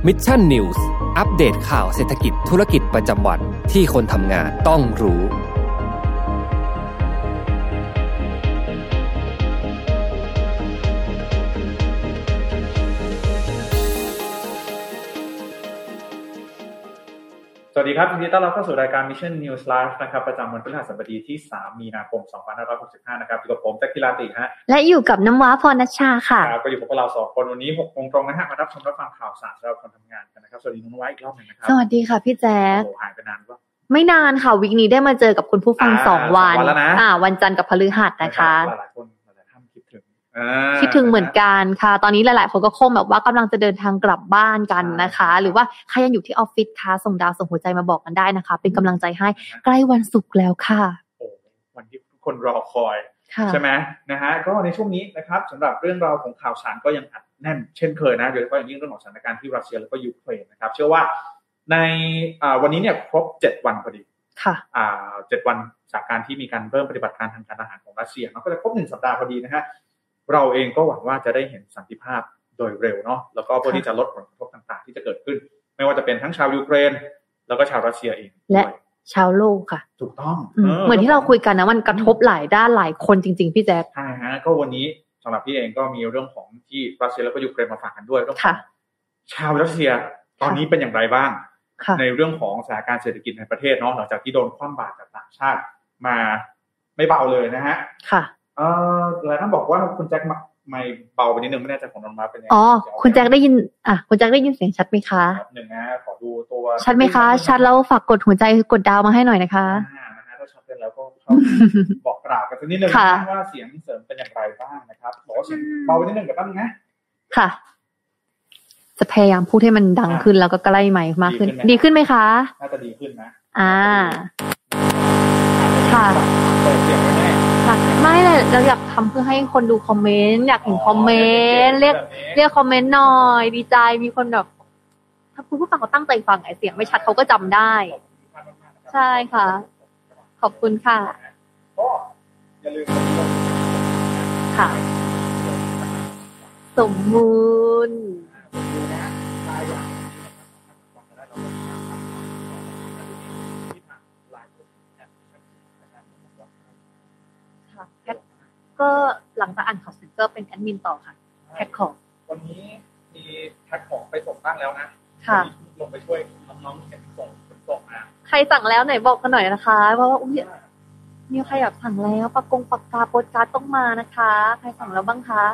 Mission News อัปเดตข่าวเศรษฐกิจธุรกิจประจำวันที่คนทำงานต้องรู้สวัสดีครับยินดีต้อนรับเข้าสู่รายการ Mission News Live นะครับประจำวันพฤหัสบดีที่3มีนาคม2565นะครับอยู่กับผมแจ็คกิราติฮะและอยู่กับน้ำว้าพรณัชชาค่ะก็อยู่กับพวกเรา2คนวันนี้ 6:00 นตรงนะฮะมารับชมรับฟังข่าวสารสำหรับคนทำงานกันนะครับสวัสดีน้องไว้อีกรอบนึงนะครับสวัสดีค่ะพี่แจ๊คโอ้หายไปนานป่ะไม่นานค่ะวีคนี้ได้มาเจอกับคุณผู้ฟัง2วันวันจันทร์กับพฤหัสนะคะหลายๆคนหลายๆท่านคิดถึงเหมือนกันค่ะตอนนี้หลายๆคนก็คงแบบว่ากำลังจะเดินทางกลับบ้านกันนะคะหรือว่าใครยังอยู่ที่ออฟฟิศคะส่งดาวส่งหัวใจมาบอกกันได้นะคะเป็นกำลังใจให้ใกล้วันศุกร์แล้วค่ะโอ้วันที่ทุกคนรอคอยใช่ไหมนะฮะก็ในช่วงนี้นะครับสำหรับเรื่องราวของข่าวสารก็ยังอัดแน่นเช่นเคยนะโดยเฉพาะอย่างยิ่งเรื่องของสถานการณ์ที่รัสเซียแล้วก็ยูเครนนะครับเชื่อว่าในวันนี้เนี่ยครบ7วันพอดีค่ะ 7วันจากการที่มีการเริ่มปฏิบัติการทางการทหารของรัสเซียมันก็จะครบ1สัปดาห์พอดีนะฮะเราเองก็หวังว่าจะได้เห็นสันติภาพโดยเร็วเนาะแล้วก็เพื่อที่จะลดผลกระทบต่างๆที่จะเกิดขึ้นไม่ว่าจะเป็นทั้งชาวยูเครนแล้วก็ชาวรัสเซียเองและชาวโลกค่ะถูกต้องเหมือนที่เราคุยกันนะมันกระทบหลายด้านหลายคนจริงๆพี่แจ๊คใช่ฮะก็วันนี้สำหรับพี่เองก็มีเรื่องของที่รัสเซียแล้วก็ยูเครนมาฝากกันด้วยก็ชาวรัสเซียตอนนี้เป็นอย่างไรบ้างในเรื่องของสถานการณ์เศรษฐกิจในประเทศเนาะหลังจากที่โดนคว่ำบาตรจากต่างชาติมาไม่เบาเลยนะฮะค่ะหลายท่านบอกว่าคุณแจ็คไม่เบาไปนิดนึงไม่แน่ใจของน้องมาเป็นยังไงคุณแจ็คได้ยินคุณแจ็คได้ยินเสียงชัดไหมคะหนึ่งนะขอดูตัวชัดไหมคะชัดแล้วฝากกดหัวใจกดดาวมาให้หน่อยนะคะนะฮะถ้าชัดกันแล้วก็บอกกล่าวกันสักนิดนึงว่าเสียงเสริมเป็นอย่างไรบ้างนะครับบอกว่าเบาไปนิดนึงกับตั้งนะค่ะจะพยายามพูดให้มันดังขึ้นแล้วก็ใกล้ไมค์มากขึ้นดีขึ้นไหมคะน่าจะดีขึ้นนะค่ะเปิดเสียงไว้แน่ไม่เลยเราอยากทำเพื่อให้คนดูคอมเมนต์อยากเห็นคอมเมนต์เรียกคอมเมนต์หน่อยดีใจมีคนแบบถ้าผู้ฟังเขาตั้งใจฟังไอ้เสียงไม่ชัดเขาก็จำได้ใช่ค่ะขอบคุณค่ะก็อย่าลืมค่ะสมมูลก็หลังจากอ่านข่าวเสร็จก็เป็นแอดมินต่อค่ะแพ็คของวันนี้มีแพ็คของไปส่งบ้างแล้วนะค่ะลงไปช่วยน้องๆเก็บส่งนะใครสั่งแล้วไหนบอกกันหน่อยนะคะเพราะว่าอุ้ยมีใครอยากสั่งแล้วปากกาโปสการ์ดต้องมานะคะใครสั่งแล้วบ้างคะ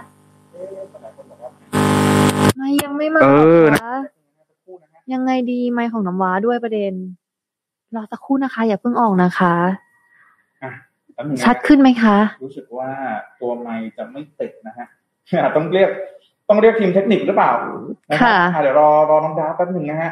ไม่ยังไม่มานะคะยังไงดีไมค์ของน้ำว้าด้วยประเด็นรอสักครู่นะคะอย่าเพิ่งออกนะคะชัดขึ้นไหมคะรู้สึกว่าตัวไมค์จะไม่ติดนะฮะต้องเรียกทีมเทคนิคหรือเปล่าค่ะเดี๋ยวรอน้องดาแป๊บนึงนะฮะ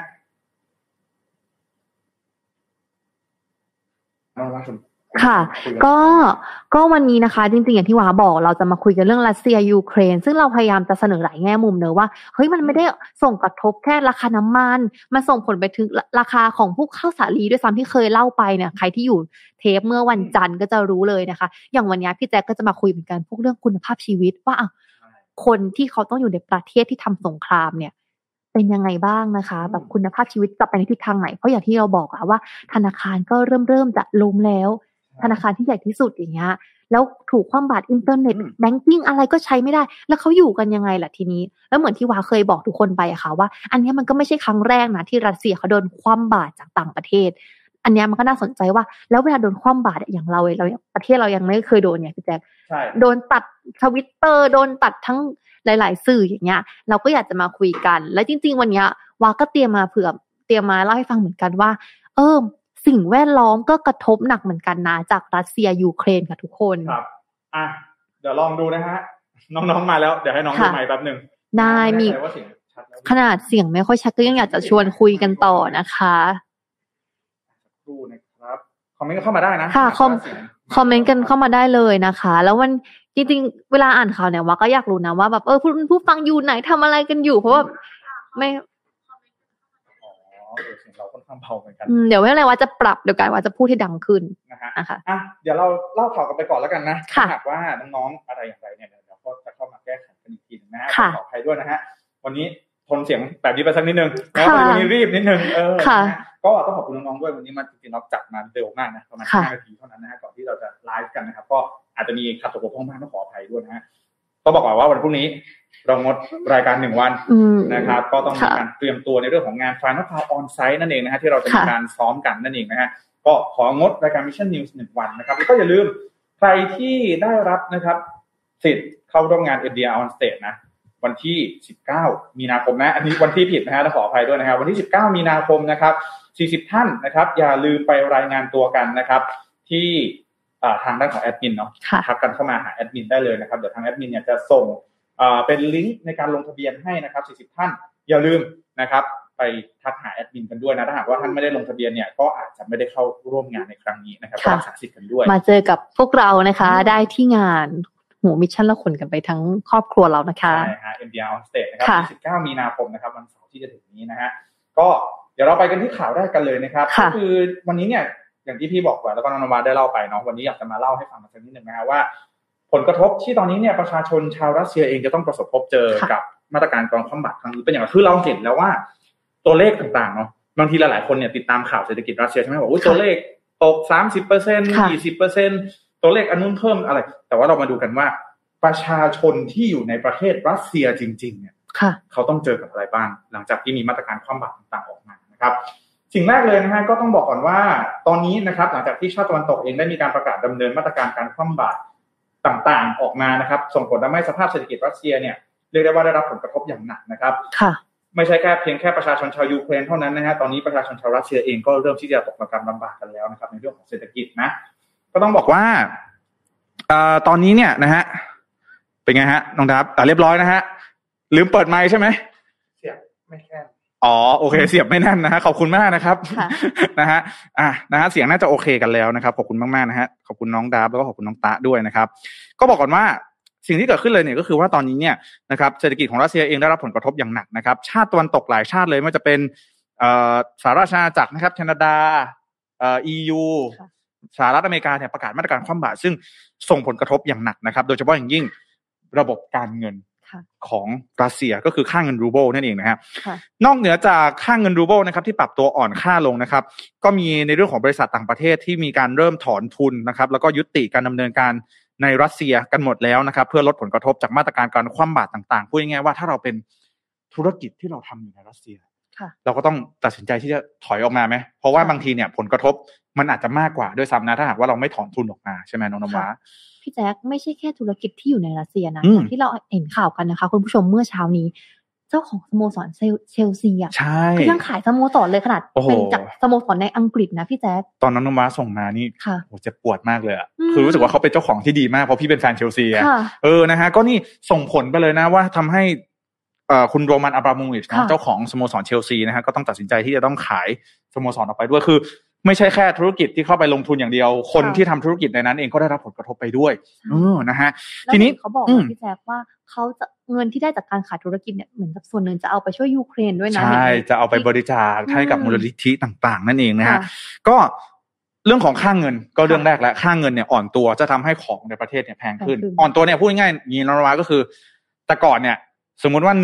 ค่ะก็วันนี้นะคะจริงๆอย่างที่วาบอกเราจะมาคุยกันเรื่องรัสเซียยูเครนซึ่งเราพยายามจะเสนอหลายแง่มุมเนอะว่าเฮ้ยมันไม่ได้ส่งกระทบแค่ราคาน้ำมันมันส่งผลไปถึงราคาของพวกข้าวสาลีด้วยซ้ำที่เคยเล่าไปเนี่ยใครที่อยู่เทปเมื่อวันจันทร์ก็จะรู้เลยนะคะอย่างวันนี้พี่แจ๊คก็จะมาคุยเหมือนกันพวกเรื่องคุณภาพชีวิตว่าคนที่เขาต้องอยู่ในประเทศที่ทำสงครามเนี่ยเป็นยังไงบ้างนะคะแบบคุณภาพชีวิตจะไปในทิศทางไหนเพราะอย่างที่เราบอกอะว่าธนาคารก็เริ่มจะล้มแล้วธนาคารที่ใหญ่ที่สุดอย่างเงี้ยแล้วถูกคว่ำบาตรอินเทอร์เน็ตแบงกิ้งอะไรก็ใช้ไม่ได้แล้วเขาอยู่กันยังไงล่ะทีนี้แล้วเหมือนที่วาเคยบอกทุกคนไปอะค่ะว่าอันนี้มันก็ไม่ใช่ครั้งแรกนะที่รัสเซียเขาโดนคว่ำบาตรจากต่างประเทศอันนี้มันก็น่าสนใจว่าแล้วเวลาโดนคว่ำบาตรอย่างเราประเทศเรายังไม่เคยโดนเนี่ยพี่แจ๊คโดนตัด Twitter โดนตัดทั้งหลายๆสื่ออย่างเงี้ยเราก็อยากจะมาคุยกันและจริงๆวันนี้วาก็เตรียมมาเล่าให้ฟังเหมือนกันว่าสิ่งแวดล้อมก็กระทบหนักเหมือนกันนะจากรัสเซียยูเครนค่ะทุกคนครับเดี๋ยวลองดูนะฮะน้องๆมาแล้วเดี๋ยวให้น้องดูไมค์แป๊บนึงได้มีขนาดเสียงไม่ค่อยชัดก็ยังอยากจะชวนคุยกันต่อนะคะดูนะครับคอมเมนต์เข้ามาได้นะค่ะคอมเมนต์กันเข้ามาได้เลยนะคะแล้ววันจริงๆเวลาอ่านข่าวเนี่ยว่าก็อยากรู้นะว่าแบบผู้ฟังอยู่ไหนทำอะไรกันอยู่เพราะว่าไม่เราค่อนข้างเบาเหมือนกันเดี๋ยวไม่อะไรว่าจะปรับเดี๋ยวกันว่าจะพูดให้ดังขึ้นนะคะเดี๋ยวเราเล่าข่าวกันไปก่อนแล้วกันนะถ้าหากว่าน้องๆอะไรอย่างไรเนี่ยเดี๋ยวก็จะเข้ามาแก้ไขกันอีกทีนึงนะขออภัยด้วยนะฮะวันนี้ทนเสียงแบบนี้ไปสักนิดนึงแล้ววันนี้รีบนิดนึงก็ต้องขอบคุณน้องๆด้วยวันนี้มาจริงๆเราจัดมาเร็วมากนะประมาณ5 นาทีเท่านั้นนะฮะก่อนที่เราจะไลฟ์กันนะครับก็อาจจะมีขัดตกบกพร่องบ้างต้องขออภัยด้วยนะฮะก็บอกก่อนว่าวันพรุ่งนี้เรางดรายการ1 วันนะครับก็ต้องมีการเตรียมตัวในเรื่องของงาน Final Call On Site นั่นเองนะฮะที่เราจะมีการซ้อมกันนั่นเองนะฮะก็ของดรายการ Mission News 1 วันนะครับแล้วก็อย่าลืมใครที่ได้รับนะครับสิทธิ์เข้าร่วมงาน MDR On Stage นะวันที่19 มีนาคมนะอันนี้วันที่ผิดนะฮะต้องขออภัยด้วยนะครับวันที่19 มีนาคมนะครับ40 ท่านนะครับอย่าลืมไปรายงานตัวกันนะครับที่ทางด้านของแอดมินเนาะทักกันเข้ามาหาแอดมินได้เลยนะครับเดี๋ยวทางแอดมินเนี่ยจะส่งเป็นลิงก์ในการลงทะเบียนให้นะครับ40 ท่านอย่าลืมนะครับไปทักหาแอดมินกันด้วยนะถ้าหากว่าท่านไม่ได้ลงทะเบียนเนี่ยก็อาจจะไม่ได้เข้าร่วมงานในครั้งนี้นะครับก็รักษาสิทธิ์กันด้วยมาเจอกับพวกเรานะคะได้ที่งานมิชชั่นละคนกันไปทั้งครอบครัวเรานะคะใช่ฮะ MDR On Stage นะครับ19 มีนาคมนะครับวันเสาร์ที่จะถึงนี้นะฮะก็เดี๋ยวเราไปกันที่ข่าวแรกกันเลยนะครับก็คือวันนี้เนี่ยอย่างที่พี่บอกไว้แล้วก็น้องนวัดได้เล่าไปเนาะวันนี้อยากจะมาเล่าให้ฟังสักนิดนึงนะฮะว่าผลกระทบที่ตอนนี้เนี่ยประชาชนชาวรัสเซียเองจะต้องประสบพบเจอกับมาตรการกองคว่ำบาตรครั้งนี้เป็นอย่างไรคือเราเห็นแล้วว่าตัวเลขต่างๆเนาะบางทีหลายๆคนเนี่ยติดตามข่าวเศรษฐกิจรัสเซียใช่ไหมบอกตัวเลขตก 30% 20% ตัวเลขอันนู้นเพิ่มอะไรแต่ว่าเรามาดูกันว่าประชาชนที่อยู่ในประเทศรัสเซียจริงๆเนี่ยเขาต้องเจอกับอะไรบ้างหลังจากที่มีมาตรการคว่ำบาตรต่างๆออกมานะครับสิ่งแรกเลยนะฮะก็ต้องบอกก่อนว่าตอนนี้นะครับหลังจากที่ชาติตะวันตกเองได้มีการประกาศดำเนินมาตรการการคว่ำบาตรต่างๆออกมานะครับส่งผลทำให้สภาพเศรษฐกิจรัสเซียเนี่ยเรียกได้ว่าได้รับผลกระทบอย่างหนักนะครับไม่ใช่แค่เพียงแค่ประชาชนชาวยูเครนเท่านั้นนะฮะตอนนี้ประชาชนชาวรัสเซียเองก็เริ่มที่จะตกระกำลำบากกันแล้วนะครับในเรื่องของเศรษฐกิจนะก็ต้องบอกว่าตอนนี้เนี่ยนะฮะเป็นไงฮะน้องดับเรียบร้อยนะฮะลืมเปิดไมค์ใช่ไหมเสียบไม่แน่นโอเคเสียบไม่แน่นนะฮะขอบคุณมากนะครับนะฮะนะฮะเสียงน่าจะโอเคกันแล้วนะครับขอบคุณมากๆนะฮะขอบคุณน้องดับแล้วก็ขอบคุณน้องตะด้วยนะครับก็บอกก่อนว่าสิ่งที่เกิดขึ้นเลยเนี่ยก็คือว่าตอนนี้เนี่ยนะครับเศรษฐกิจของรัสเซียเองได้รับผลกระทบอย่างหนักนะครับชาติตะวันตกหลายชาติเลยไม่ว่าจะเป็นสหราชอาณาจักรนะครับแคนาดาEU สหรัฐอเมริกาเนี่ยประกาศมาตรการคว่ำบาตรซึ่งส่งผลกระทบอย่างหนักนะครับโดยเฉพาะอย่างยิ่งระบบการเงินของรัสเซียก็คือค่าเงินรูเบิลนั่นเองนะครับนอกเหนือจากค่าเงินรูเบิลนะครับที่ปรับตัวอ่อนค่าลงนะครับก็มีในเรื่องของบริษัทต่างประเทศที่มีการเริ่มถอนทุนนะครับแล้วก็ยุติการดำเนินการในรัสเซียกันหมดแล้วนะครับเพื่อลดผลกระทบจากมาตรการการคว่ำบาตรต่างๆพูดง่ายๆว่าถ้าเราเป็นธุรกิจที่เราทำอยู่ในรัสเซียเราก็ต้องตัดสินใจที่จะถอยออกมาไหมเพราะว่าบางทีเนี่ยผลกระทบมันอาจจะมากกว่าด้วยซ้ำนะถ้าหากว่าเราไม่ถอนทุนออกมาใช่ไหมน้องน้ำว้าพี่แจ๊คไม่ใช่แค่ธุรกิจที่อยู่ในรัสเซียนะที่เราเห็นข่าวกันนะคะคุณผู้ชมเมื่อเช้านี้เจ้าของสโมสรเชลซีอ่ะคือยังขายสโมสรเลยขนาดเป็นจากสโมสรในอังกฤษนะพี่แจ๊คตอนน้องน้ำว้าส่งมานี่โหเจ็บปวดมากเลยอ่ะคือรู้สึกว่าเขาเป็นเจ้าของที่ดีมากเพราะพี่เป็นแฟนเชลซีอ่ะนะฮะก็นี่ส่งผลไปเลยนะว่าทำให้คุณโรมันอับราโมวิชเจ้าของสโมสรเชลซีนะฮะก็ต้องตัดสินใจที่จะต้องขายสโมสรออกไปด้วยคือไม่ใช่แค่ธุรกิจที่เข้าไปลงทุนอย่างเดียวคนที่ทำธุรกิจในนั้นเองก็ได้รับผลกระทบไปด้วยนะฮะทีนี้เขาบอกพี่แจ๊คว่าเขาจะเงินที่ได้จากการขายธุรกิจเนี่ยเหมือนกับส่วนหนึ่งจะเอาไปช่วยยูเครนด้วยนะใช่จะเอาไปบริจาคให้กับมูลนิธิต่างๆนั่นเองนะฮะก็เรื่องของค่าเงินก็เรื่องแรกแล้วค่าเงินเนี่ยอ่อนตัวจะทำให้ของในประเทศเนี่ยแพงขึ้นอ่อนตัวเนี่ยพูดง่ายๆยีนรวาก็คือแต่ก่อนเนี่ยสมมุติว่า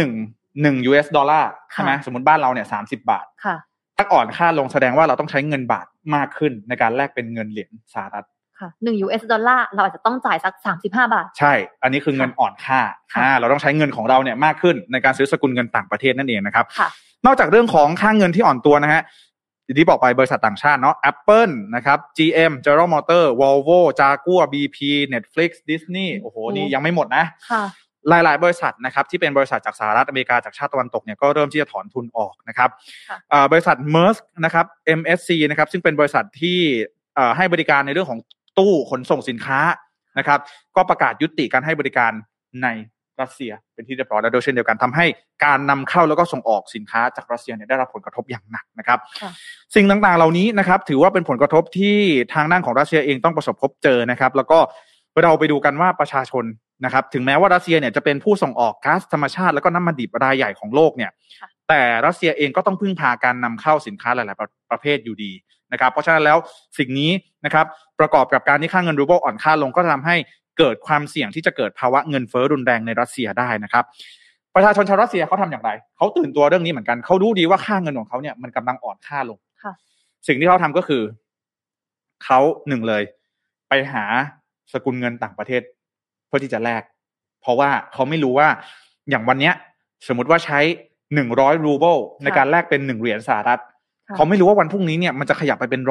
1 US ดอลลาร์ใช่ไหมสมมติบ้านเราเนี่ย30 บาทถ้าอ่อนค่าลงแสดงว่าเราต้องใช้เงินบาทมากขึ้นในการแลกเป็นเงินเหรียญสหรัฐค่ะ1 US ดอลลาร์เราอาจจะต้องจ่ายสัก35 บาทใช่อันนี้คือเงินอ่อนค่าเราต้องใช้เงินของเราเนี่ยมากขึ้นในการซื้อสกุลเงินต่างประเทศนั่นเองนะครับนอกจากเรื่องของค่าเงินที่อ่อนตัวนะฮะที่บอกไปบริษัทต่างชาติเนาะ Apple นะครับ GM General Motors Volvo Jaguar BP Netflix Disney โอ้โหนี่ยังไม่หมดนะหลายๆบริษัทนะครับที่เป็นบริษัทจากสหรัฐอเมริกาจากชาติตะวันตกเนี่ยก็เริ่มที่จะถอนทุนออกนะครับบริษัท Maersk นะครับ MSC นะครับซึ่งเป็นบริษัทที่ให้บริการในเรื่องของตู้ขนส่งสินค้านะครับก็ประกาศยุติการให้บริการในรัสเซียเป็นที่เรียบร้อยแล้วโดยเช่นเดียวกันทำให้การนำเข้าแล้วก็ส่งออกสินค้าจากรัสเซียเนี่ยได้รับผลกระทบอย่างหนักนะครับสิ่งต่างๆเหล่านี้นะครับถือว่าเป็นผลกระทบที่ทางด้านของรัสเซียเองต้องประสบพบเจอนะครับแล้วก็เราไปดูกันว่าประชาชนนะครับถึงแม้ว่ารัสเซียเนี่ยจะเป็นผู้ส่งออกก๊าซธรรมชาติแล้วก็น้ำมันดิบรายใหญ่ของโลกเนี่ยแต่รัสเซียเองก็ต้องพึ่งพาการนำเข้าสินค้าหลายๆประเภทอยู่ดีนะครับเพราะฉะนั้นแล้วสิ่งนี้นะครับประกอบกับการที่ค่าเงินรูเบิลอ่อนค่าลงก็ทำให้เกิดความเสี่ยงที่จะเกิดภาวะเงินเฟ้อรุนแรงในรัสเซียได้นะครับประชาชนชาวรัสเซียเขาทำอย่างไรเขาตื่นตัวเรื่องนี้เหมือนกันเขารู้ดีว่าค่าเงินของเขาเนี่ยมันกำลังอ่อนค่าลงสิ่งที่เขาทำก็คือเขาหนึ่งเลยไปหาสกุลเงินต่างประเทศเพื่อที่จะแลกเพราะว่าเขาไม่รู้ว่าอย่างวันเนี้ยสมมุติว่าใช้100รูเบิลในการแลกเป็น1เหรียญสหรัฐเขาไม่รู้ว่าวันพรุ่งนี้เนี่ยมันจะขยับไปเป็น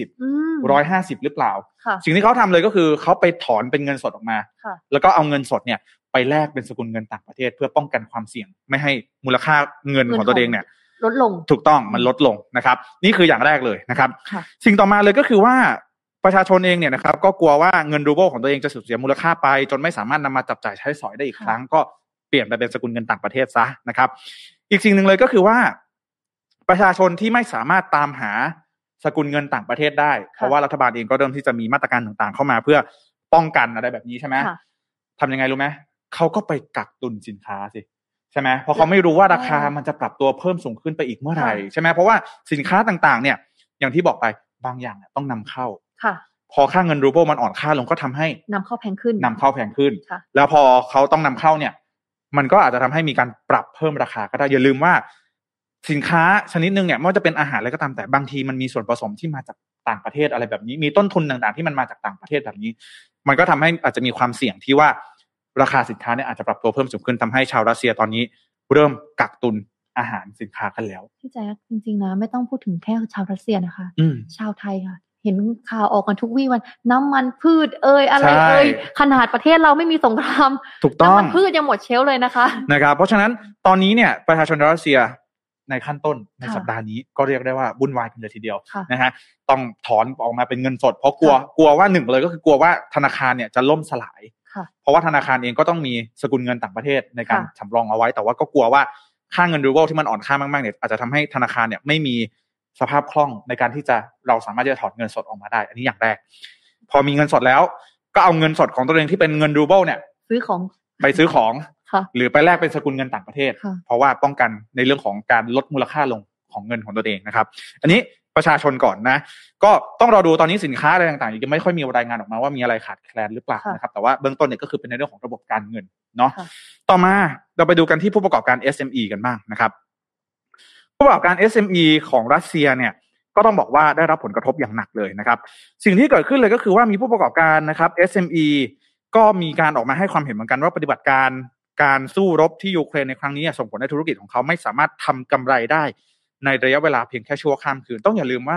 120 150หรือเปล่าสิ่งที่เขาทำเลยก็คือเขาไปถอนเป็นเงินสดออกมาแล้วก็เอาเงินสดเนี่ยไปแลกเป็นสกุลเงินต่างประเทศเพื่อป้องกันความเสี่ยงไม่ให้มูลค่าเงินของตัวเองเนี่ยลดลงถูกต้องมันลดลงนะครับนี่คืออย่างแรกเลยนะครับสิ่งต่อมาเลยก็คือว่าประชาชนเองเนี่ยนะครับก็กลัวว่าเงินรูเบิลของตัวเองจะสูญเสียมูลค่าไปจนไม่สามารถนำมาจับจ่ายใช้สอยได้อีกครั้งก็เปลี่ยนไปเป็นสกุลเงินต่างประเทศซะนะครับอีกสิ่งหนึ่งเลยก็คือว่าประชาชนที่ไม่สามารถตามหาสกุลเงินต่างประเทศได้เพราะว่ารัฐบาลเองก็เริ่มที่จะมีมาตรการต่างๆเข้ามาเพื่อป้องกันอะไรแบบนี้ใช่ไหมทำยังไงรู้ไหมเขาก็ไปกักตุนสินค้าสิใช่ไหมเพราะเขาไม่รู้ว่าราคามันจะปรับตัวเพิ่มสูงขึ้นไปอีกเมื่อไหร่ใช่ไหมเพราะว่าสินค้าต่างๆเนี่ยอย่างที่บอกไปบางอย่างต้องนำเข้าพอค่าเงินรูเบิลมันอ่อนค่าลงก็ทำให้นำเข้าแพงขึ้นแล้วพอเขาต้องนำเข้าเนี่ยมันก็อาจจะทำให้มีการปรับเพิ่มราคาก็ได้อย่าลืมว่าสินค้าชนิดนึงเนี่ยไม่ว่าจะเป็นอาหารอะไรก็ตามแต่บางทีมันมีส่วนผสมที่มาจากต่างประเทศอะไรแบบนี้มีต้นทุนต่างๆที่มันมาจากต่างประเทศแบบนี้มันก็ทำให้อาจจะมีความเสี่ยงที่ว่าราคาสินค้าเนี่ยอาจจะปรับตัวเพิ่มสูงขึ้นทำให้ชาวรัสเซียตอนนี้เริ่มกักตุนอาหารสินค้ากันแล้วพี่แจ๊คจริงๆนะไม่ต้องพูดถึงแค่ชาวรัสเซียนะคะชาวไทยค่ะเห็นข่าวออกกันทุกวี่วันน้ำมันพืชอะไรขนาดประเทศเราไม่มีสงครามน้ำมันพืชยังหมดเชลฟ์เลยนะคะนะครับเพราะฉะนั้นตอนนี้เนี่ยประชาชนรัสเซียในขั้นต้นในสัปดาห์นี้ก็เรียกได้ว่าวุ่นวายกันเลยทีเดียวนะฮะต้องถอนออกมาเป็นเงินสดเพราะกลัวว่าหนึ่งเลยก็คือกลัวว่าธนาคารเนี่ยจะล่มสลายเพราะว่าธนาคารเองก็ต้องมีสกุลเงินต่างประเทศในการสำรองเอาไว้แต่ว่าก็กลัวว่าค่าเงินรูเบิลที่มันอ่อนค่ามากๆเนี่ยอาจจะทำให้ธนาคารเนี่ยไม่มีสภาพคล่องในการที่จะเราสามารถจะถอนเงินสดออกมาได้อันนี้อย่างแรกพอมีเงินสดแล้วก็เอาเงินสดของตัวเองที่เป็นเงินรูเบิลเนี่ยไปซื้อของหรือไปแลกเป็นสกุลเงินต่างประเทศเพราะว่าป้องกันในเรื่องของการลดมูลค่าลงของเงินของตัวเองนะครับอันนี้ประชาชนก่อนนะก็ต้องรอดูตอนนี้สินค้าอะไรต่างๆยังไม่ค่อยมีรายงานออกมาว่ามีอะไรขาดแคลนหรือเปล่านะครับแต่ว่าเบื้องต้นเนี่ยก็คือเป็นในเรื่องของระบบการเงินเนาะต่อมาเราไปดูกันที่ผู้ประกอบการ SME กันบ้างนะครับผู้ประกอบการ SME ของรัสเซียเนี่ยก็ต้องบอกว่าได้รับผลกระทบอย่างหนักเลยนะครับสิ่งที่เกิดขึ้นเลยก็คือว่ามีผู้ประกอบการนะครับ SME ก็มีการออกมาให้ความเห็นเหมือนกันว่าปฏิบัติการสู้รบที่ยูเครนในครั้งนี้ส่งผลให้ธุรกิจของเขาไม่สามารถทำกำไรได้ในระยะเวลาเพียงแค่ชั่วข้ามคืนต้องอย่าลืมว่า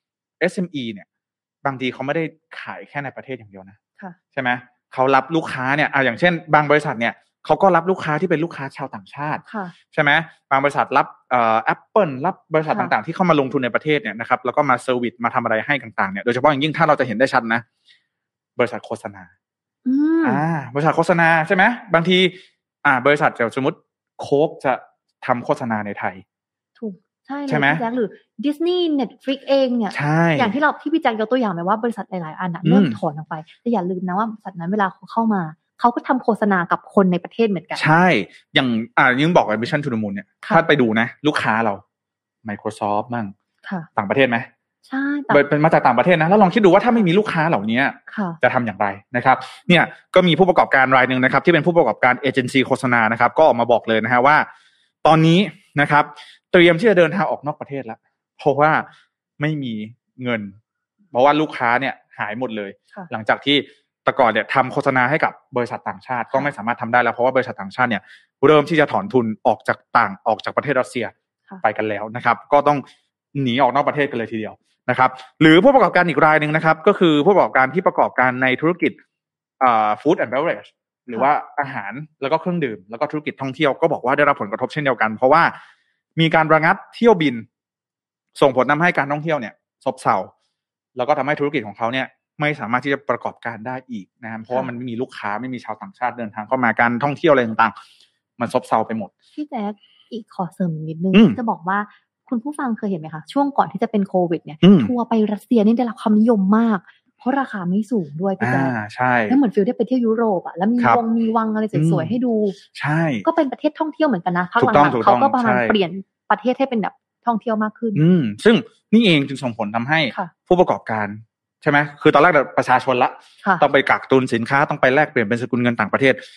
SME เนี่ยบางทีเขาไม่ได้ขายแค่ในประเทศอย่างเดียวนะใช่ไหมเขารับลูกค้าเนี่ยอย่างเช่นบางบริษัทเนี่ยเขาก็รับลูกค้าที่เป็นลูกค้าชาวต่างชาติใช่ไหมบางบริษัทรับApple รับบริษัทต่างๆที่เข้ามาลงทุนในประเทศเนี่ยนะครับแล้วก็มาเซอร์วิสมาทำอะไรให้ต่างๆเนี่ยโดยเฉพาะอย่างยิ่งถ้าเราจะเห็นได้ชัดนะบริษัทโฆษณาบริษัทโฆษณาใช่ไหมบางทีบริษัทสมมติโค้กจะทำโฆษณาในไทยถูกใช่ไหมพี่แจ๊คหรือ Disney Netflix เองเนี่ยอย่างที่พี่แจ๊คยกตัวอย่างไปว่าบริษัทหลายๆอันเริ่มถอนออกไปแต่อย่าลืมนะว่าบริษัทนั้นเวลาเขาเข้ามาเขาก็ทำโฆษณากับคนในประเทศเหมือนกันใช่อย่างยังบอกว่า Mission to the Moon เนี่ยถ้าไปดูนะลูกค้าเรา Microsoft มั่งต่างประเทศไหมใช่เป็นมาจากต่างประเทศนะแล้วลองคิดดูว่าถ้าไม่มีลูกค้าเหล่านี้จะทำอย่างไรนะครับเนี่ยก็มีผู้ประกอบการรายนึงนะครับที่เป็นผู้ประกอบการเอเจนซี่โฆษณานะครับก็ออกมาบอกเลยนะฮะว่าตอนนี้นะครับเตรียมที่จะเดินทางออกนอกประเทศแล้วเพราะว่าไม่มีเงินเพราะว่าลูกค้าเนี่ยหายหมดเลยหลังจากที่แต่ก่อนเนี่ยทำโฆษณาให้กับบริษัทต่างชาติก็ไม่สามารถทำได้แล้วเพราะว่าบริษัทต่างชาติเนี่ยเริ่มที่จะถอนทุนออกจากประเทศรัสเซียไปกันแล้วนะครับก็ต้องหนีออกนอกประเทศกันเลยทีเดียวนะครับหรือผู้ประกอบการอีกรายนึงนะครับก็คือผู้ประกอบการที่ประกอบการในธุรกิจfood and beverage หรือว่าอาหารแล้วก็เครื่องดื่มแล้วก็ธุรกิจท่องเที่ยวก็บอกว่าได้รับผลกระทบเช่นเดียวกันเพราะว่ามีการระงับเที่ยวบินส่งผลทำให้การท่องเที่ยวเนี่ยซบเซาแล้วก็ทำให้ธุรกิจของเขาเนี่ยไม่สามารถที่จะประกอบการได้อีกนะครับเพราะว่ามันไม่มีลูกค้าไม่มีชาวต่างชาติเดินทางเข้ามาการท่องเที่ยวอะไรต่างๆมันซบเซาไปหมดพี่แจ๊คอีกขอเสริมนิดนึงจะบอกว่าคุณผู้ฟังเคยเห็นไหมคะช่วงก่อนที่จะเป็นโควิดเนี่ยทัวร์ไปรัสเซียนี่ได้รับความนิยมมากเพราะราคาไม่สูงด้วยพี่แจ๊คใช่แล้วเหมือนฟิลได้ไปเที่ยวยุโรปแล้วมีวังอะไรสวยๆให้ดูใช่ก็เป็นประเทศท่องเที่ยวเหมือนกันนะพักหลังๆเขาก็ประมาณเปลี่ยนประเทศให้เป็นแบบท่องเที่ยวมากขึ้นซึ่งนี่เองจึงส่งผลทำให้ผู้ประกอบการใช่ไหมคือตอนแรกประชาชนละต้องไปกักตุนสินค้าต้องไปแลกเปลี่ยนเป็นสกุลเงินต่างประเทศ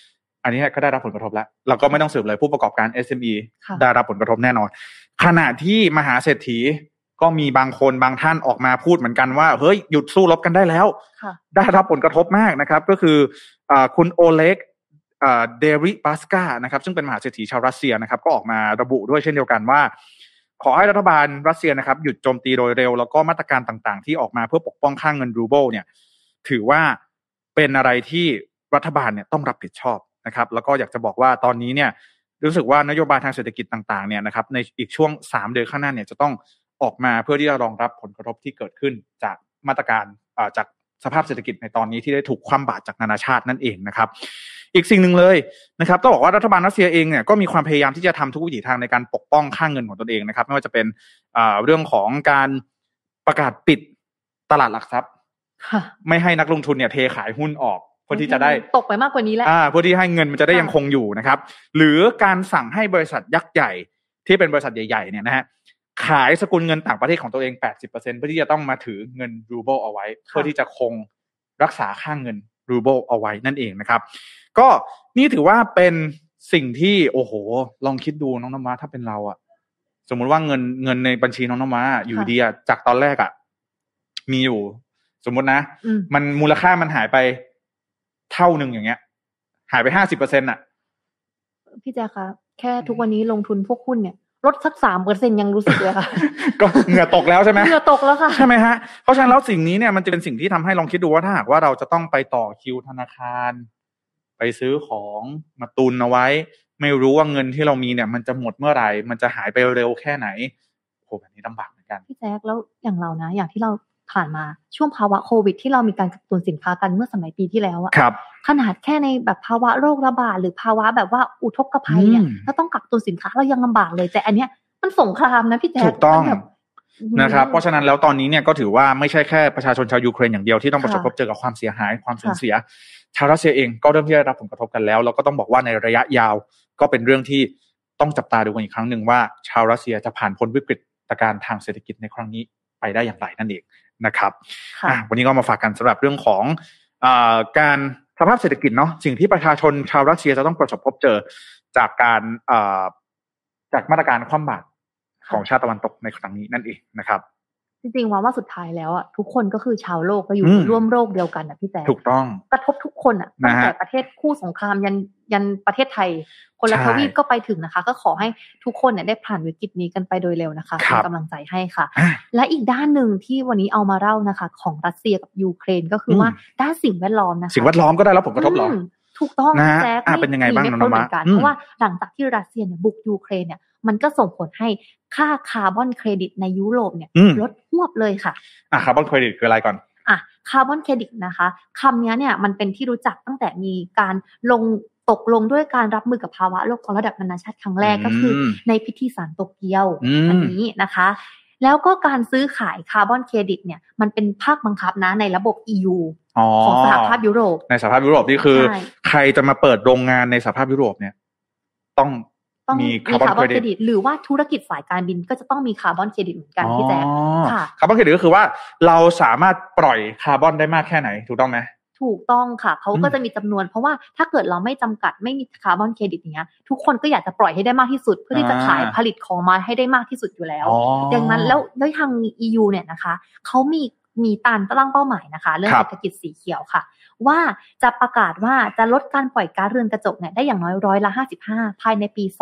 อันนี้ก็ได้รับผลกระทบแล้วเราก็ไม่ต้องสืบเลยผู้ประกอบการ SME ได้รับผลกระทบแน่นอนขณะที่มหาเศรษฐีก็มีบางคนบางท่านออกมาพูดเหมือนกันว่าเฮ้ยหยุดสู้รบกันได้แล้วได้รับผลกระทบมากนะครับก็คือคุณโอเล็กเดริบัสกานะครับซึ่งเป็นมหาเศรษฐีชาวรัสเซียนะครับก็ออกมาระบุด้วยเช่นเดียวกันว่าขอให้รัฐบาลรัสเซียนะครับหยุดโจมตีโดยเร็วแล้วก็มาตรการต่างๆที่ออกมาเพื่อปกป้องค่าเงินรูเบิลเนี่ยถือว่าเป็นอะไรที่รัฐบาลเนี่ยต้องรับผิดชอบนะครับแล้วก็อยากจะบอกว่าตอนนี้เนี่ยรู้สึกว่านโยบายทางเศรษฐกิจต่างๆเนี่ยนะครับในอีกช่วง3เดือนข้างหน้าเนี่ยจะต้องออกมาเพื่อที่จะรองรับผลกระทบที่เกิดขึ้นจากมาตรการจากสภาพเศรษฐกิจในตอนนี้ที่ได้ถูกคว่ำบาตรจากนานาชาตินั่นเองนะครับอีกสิ่งหนึ่งเลยนะครับต้องบอกว่ารัฐบาลรัสเซียเองเนี่ยก็มีความพยายามที่จะทำทุกวิถีทางในการปกป้องค่าเงินของตนเองนะครับไม่ว่าจะเป็นเรื่องของการประกาศปิดตลาดหลักทรัพย์ไม่ให้นักลงทุนเนี่ยเทขายหุ้นออกเพื่อที่จะได้ตกไปมากกว่านี้แหละเพื่อที่ให้เงินมันจะได้ยังคงอยู่นะครับหรือการสั่งให้บริษัทยักษ์ใหญ่ที่เป็นบริษัทใหญ่ๆเนี่ยนะฮะขายสกุลเงินต่างประเทศของตัวเอง 80% เพื่อที่จะต้องมาถือเงินรูเบิลเอาไว้เพื่อที่จะคงรักษาค่าเงินรูเบิลเอาไว้นั่นเองนะครับก็นี่ถือว่าเป็นสิ่งที่โอ้โหลองคิดดูน้องน้ำม้าถ้าเป็นเราอะสมมุติว่าเงินในบัญชีน้องน้ำม้าอยู่ดีอะจากตอนแรกอะมีอยู่สมมุตินะมันมูลค่ามันหายไปเท่านึงอย่างเงี้ยหายไป 50% น่ะพี่แจ๊คคะแค่ทุกวันนี้ลงทุนพวกหุ้นเนี่ยลดสัก 3% ยังรู้สึกเลยค่ะก็เหงื่อตกแล้วใช่ไหมเหงื่อตกแล้วค่ะใช่ไหมฮะเพราะฉะนั้นแล้วสิ่งนี้เนี่ยมันจะเป็นสิ่งที่ทำให้ลองคิดดูว่าถ้าหากว่าเราจะต้องไปต่อคิวธนาคารไปซื้อของมาตุนเอาไว้ไม่รู้ว่าเงินที่เรามีเนี่ยมันจะหมดเมื่อไหร่มันจะหายไปเร็วแค่ไหนโหแบบนี้ลำบากเหมือนกันพี่แจ๊คแล้วอย่างเรานะอย่างที่เราผ่านมาช่วงภาวะโควิดที่เรามีการกักตุนสินค้ากันเมื่อสมัยปีที่แล้วอะขนาดแค่ในแบบภาวะโรคระบาดหรือภาวะแบบว่าอุทกภัยเนี่ยถ้าต้องกักตุนสินค้าเรายังลำบากเลยแต่อันเนี้ยมันสงครามนะพี่แจ๊คถูกต้องนะครับเพราะฉะนั้นแล้วตอนนี้เนี่ยก็ถือว่าไม่ใช่แค่ประชาชนชาวยูเครนอย่างเดียวที่ต้องประสบพบเจอกับความเสียหายความสูญเสียชาวรัสเซียเองก็เริ่มที่ได้รับผลกระทบกันแล้วแล้วก็ต้องบอกว่าในระยะยาวก็เป็นเรื่องที่ต้องจับตาดูกันอีกครั้งนึงว่าชาวรัสเซียจะผ่านพ้นวิกฤตการณ์ทางเศรษฐกิจในครั้งนี้ไปได้อย่างไรนั่นเองนะครับวันนี้ก็มาฝากกันสำหรับเรื่องของการสภาพเศรษฐกิจเนาะสิ่งที่ประชาชนชาวรัสเซียจะต้องประสบพบเจอจากการจากมาตรการคว่ำบาตรของชาติตะวันตกในครั้งนี้นั่นเองนะครับจริงๆว่าสุดท้ายแล้วอ่ะทุกคนก็คือชาวโลกก็อยู่ร่วมโลกเดียวกันนะพี่แจ๊คถูกต้องกระทบทุกคนอ่ะตั้งแต่ประเทศคู่สงครามยันประเทศไทยคนละทวีปก็ไปถึงนะคะก็ขอให้ทุกคนเนี่ยได้ผ่านวิกฤตนี้กันไปโดยเร็วนะคะเป็นกำลังใจให้ค่ะและอีกด้านหนึ่งที่วันนี้เอามาเล่านะคะของรัสเซียกับยูเครนก็คือว่าด้านสิ่งแวดล้อมนะคะสิ่งแวดล้อมก็ได้รับผลกระทบหรอถูกต้องแจ๊คเป็นยังไงบ้างน้องๆเพราะว่าหลังจากที่รัสเซียเนี่ยบุกยูเครนเนี่ยมันก็ส่งผลให้ค่าคาร์บอนเครดิตในยุโรปเนี่ยลดหวบเลยค่ะคาร์บอนเครดิตคืออะไรก่อนคาร์บอนเครดิตนะคะคำนี้เนี่ยมันเป็นที่รู้จักตั้งแต่มีการตกลงด้วยการรับมือกับภาวะโลกร้อนระดับนานาชาติครั้งแรกก็คือในพิธีสารโตเกียวอันนี้นะคะแล้วก็การซื้อขายคาร์บอนเครดิตเนี่ยมันเป็นภาคบังคับนะในระบบ EU ของสหภาพยุโรปในสหภาพยุโรปนี่คือใครจะมาเปิดโรงงานในสหภาพยุโรปเนี่ยต้องมีคาร์บอนเครดิตหรือว่าธุรกิจสายการบินก็จะต้องมีคาร์บอนเครดิตเหมือนกันพี่แจ๊คค่ะคาร์บอนเครดิตก็คือว่าเราสามารถปล่อยคาร์บอนได้มากแค่ไหนถูกต้องไหมถูกต้องค่ะเขาก็จะมีจำนวนเพราะว่าถ้าเกิดเราไม่จำกัดไม่มีคาร์บอนเครดิตเนี้ยทุกคนก็อยากจะปล่อยให้ได้มากที่สุดเพื่อที่จะขายผลิตของมาให้ได้มากที่สุดอยู่แล้วดังนั้นแล้วทาง EU เนี่ยนะคะเขามีตั้งเป้าหมายนะคะเรื่องเศรษฐกิจสีเขียวค่ะว่าจะประกาศว่าจะลดการปล่อยก๊าซเรือนกระจกเนี่ยได้อย่างน้อย55%ภายในปี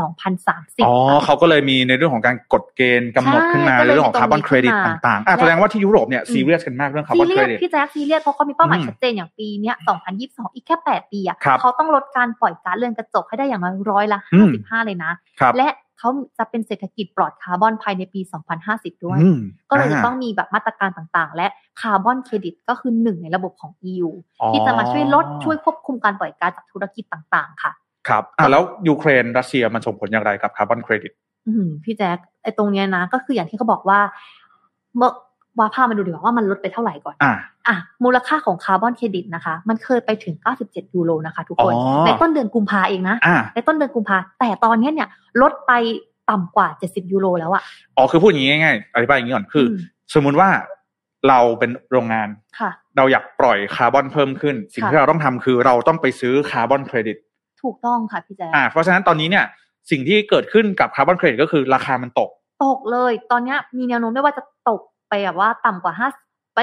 2030 เขาก็เลยมีในเรื่องของการกฎเกณฑ์กำหนดขึ้นมาในเรื่องของคาร์บอนเครดิตต่างๆแสดงว่าที่ยุโรปเนี่ยซีเรียสกันมากเรื่องคาร์บอนเครดิตพี่แจ๊คซีเรียสเพราะเขามีเป้าหมายชัดเจนอย่างปีเนี้ย2022อีกแค่8ปีอ่ะเขาต้องลดการปล่อยก๊าซเรือนกระจกให้ได้อย่างน้อย55%เลยนะและเขาจะเป็นเศรษฐกิจปลอดคาร์บอนภายในปี2050ด้วยก็เลยจะต้องมีแบบมาตรการต่างๆและคาร์บอนเครดิตก็คือหนึ่งในระบบของ EU ที่จะมาช่วยควบคุมการปล่อยก๊าซจากธุรกิจต่างๆค่ะครับแล้วยูเครนรัสเซียมันส่งผลอย่างไรกับคาร์บอนเครดิตพี่แจ๊คตรงเนี้ยนะก็คืออย่างที่เขาบอกว่าว่าพามาดูดีกว่าว่ามันลดไปเท่าไหร่ก่อนมูลค่าของคาร์บอนเครดิตนะคะมันเคยไปถึง97ยูโรนะคะทุกคนในต้นเดือนกุมภาเองนะในต้นเดือนกุมภาแต่ตอนนี้เนี่ยลดไปต่ำกว่า70ยูโรแล้วอะคือพูดอย่างนี้ง่ายๆอธิบายอย่างนี้ก่อนคือสมมุติว่าเราเป็นโรงงานเราอยากปล่อยคาร์บอนเพิ่มขึ้นสิ่งที่เราต้องทำคือเราต้องไปซื้อคาร์บอนเครดิตถูกต้องค่ะพี่แจ๊คเพราะฉะนั้นตอนนี้เนี่ยสิ่งที่เกิดขึ้นกับคาร์บอนเครดิตก็คือราคามันตกเลยตอนนี้มีแนวโน้มได้ว่าจะตกไปแบบว่าต่ำกว่า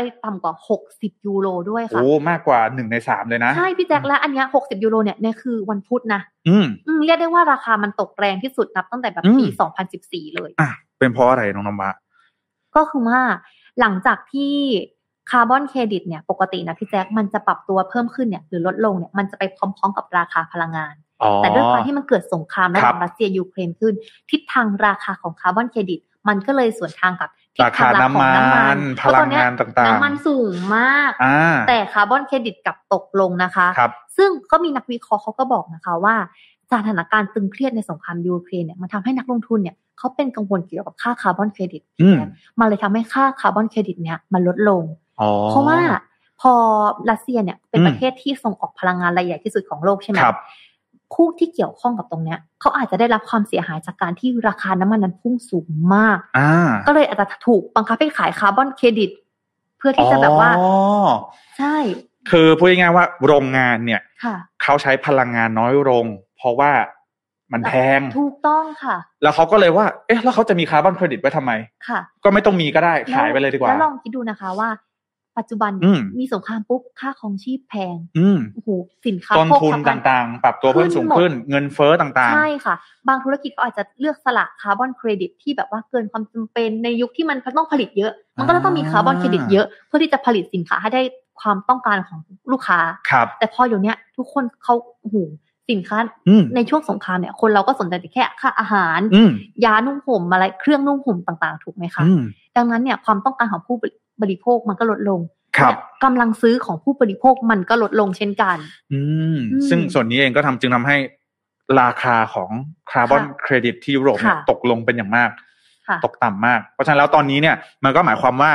60ยูโรด้วยค่ะโอ้มากกว่า1ใน3เลยนะใช่พี่แจ็คและอันนี้60ยูโรเนี่ยคือวันพุธนะเรียกได้ว่าราคามันตกแรงที่สุดนับตั้งแต่แบบปี2014เลยเป็นเพราะอะไรน้องน้ำว้าก็คือว่าหลังจากที่คาร์บอนเครดิตเนี่ยปกตินะพี่แจ็คมันจะปรับตัวเพิ่มขึ้นเนี่ยหรือลดลงเนี่ยมันจะไปพร้อมๆกับราคาพลังงานแต่ด้วยความที่มันเกิดสงครามระหว่างรัสเซียยูเครนขึ้นทิศทางราคาของคาร์บอนเครดิตมันก็เลยสวนทางกับราคาน้ำมันพลังงานต่างๆน้ำมันสูงมากแต่คาร์บอนเครดิตกลับตกลงนะคะซึ่งก็มีนักวิเคราะห์เขาก็บอกนะคะว่าสถานการณ์ตึงเครียดในสงครามยูเครนเนี่ยมันทำให้นักลงทุนเนี่ยเขาเป็นกังวลเกี่ยวกับค่าคาร์บอนเครดิตมันเลยทำให้ค่าคาร์บอนเครดิตเนี่ยมันลดลงเพราะว่าพอรัสเซียเนี่ยเป็นประเทศที่ส่งออกพลังงานรายใหญ่ที่สุดของโลกใช่ไหมคู่ที่เกี่ยวข้องกับตรงเนี้ยเขาอาจจะได้รับความเสียหายจากการที่ราคาน้ำมันนั้นพุ่งสูงมากก็เลยอาจจะถูกบังคับให้ขายคาร์บอนเครดิตเพื่อที่จะแบบว่าใช่คือพูดง่ายๆว่าโรงงานเนี่ยเขาใช้พลังงานน้อยลงเพราะว่ามันแพงถูกต้องค่ะแล้วเขาก็เลยว่าแล้วเขาจะมีคาร์บอนเครดิตไว้ทำไมก็ไม่ต้องมีก็ได้ขายไปเลยดีกว่าแล้วลองคิดดูนะคะว่าปัจจุบันมีสงครามปุ๊บค่าของชีพแพงโอ้โหสินค้าต้นทุนต่างๆปรับตัวเพิ่มสูงขึ้นเงินเฟ้อต่างๆใช่ค่ะบางธุรกิจก็อาจจะเลือกสละคาร์บอนเครดิตที่แบบว่าเกินความจำเป็นในยุคที่มันต้องผลิตเยอะมันก็ต้องมีคาร์บอนเครดิตเยอะเพื่อที่จะผลิตสินค้าให้ได้ความต้องการของลูกค้าแต่พออยู่เนี้ยทุกคนเขาโอ้โหสินค้าในช่วงสงครามเนี่ยคนเราก็สนใจแต่แค่ค่าอาหารยานุ่งห่มอะไรเครื่องนุ่งห่มต่างๆถูกไหมคะดังนั้นเนี่ยความต้องการของผู้บริโภคมันก็ลดลงกำลังซื้อของผู้บริโภคมันก็ลดลงเช่นกันซึ่งส่วนนี้เองก็จึงทำให้ราคาของคาร์บอนเครดิตที่ยุโรปตกลงเป็นอย่างมากตกต่ำมากเพราะฉะนั้นแล้วตอนนี้เนี่ยมันก็หมายความว่า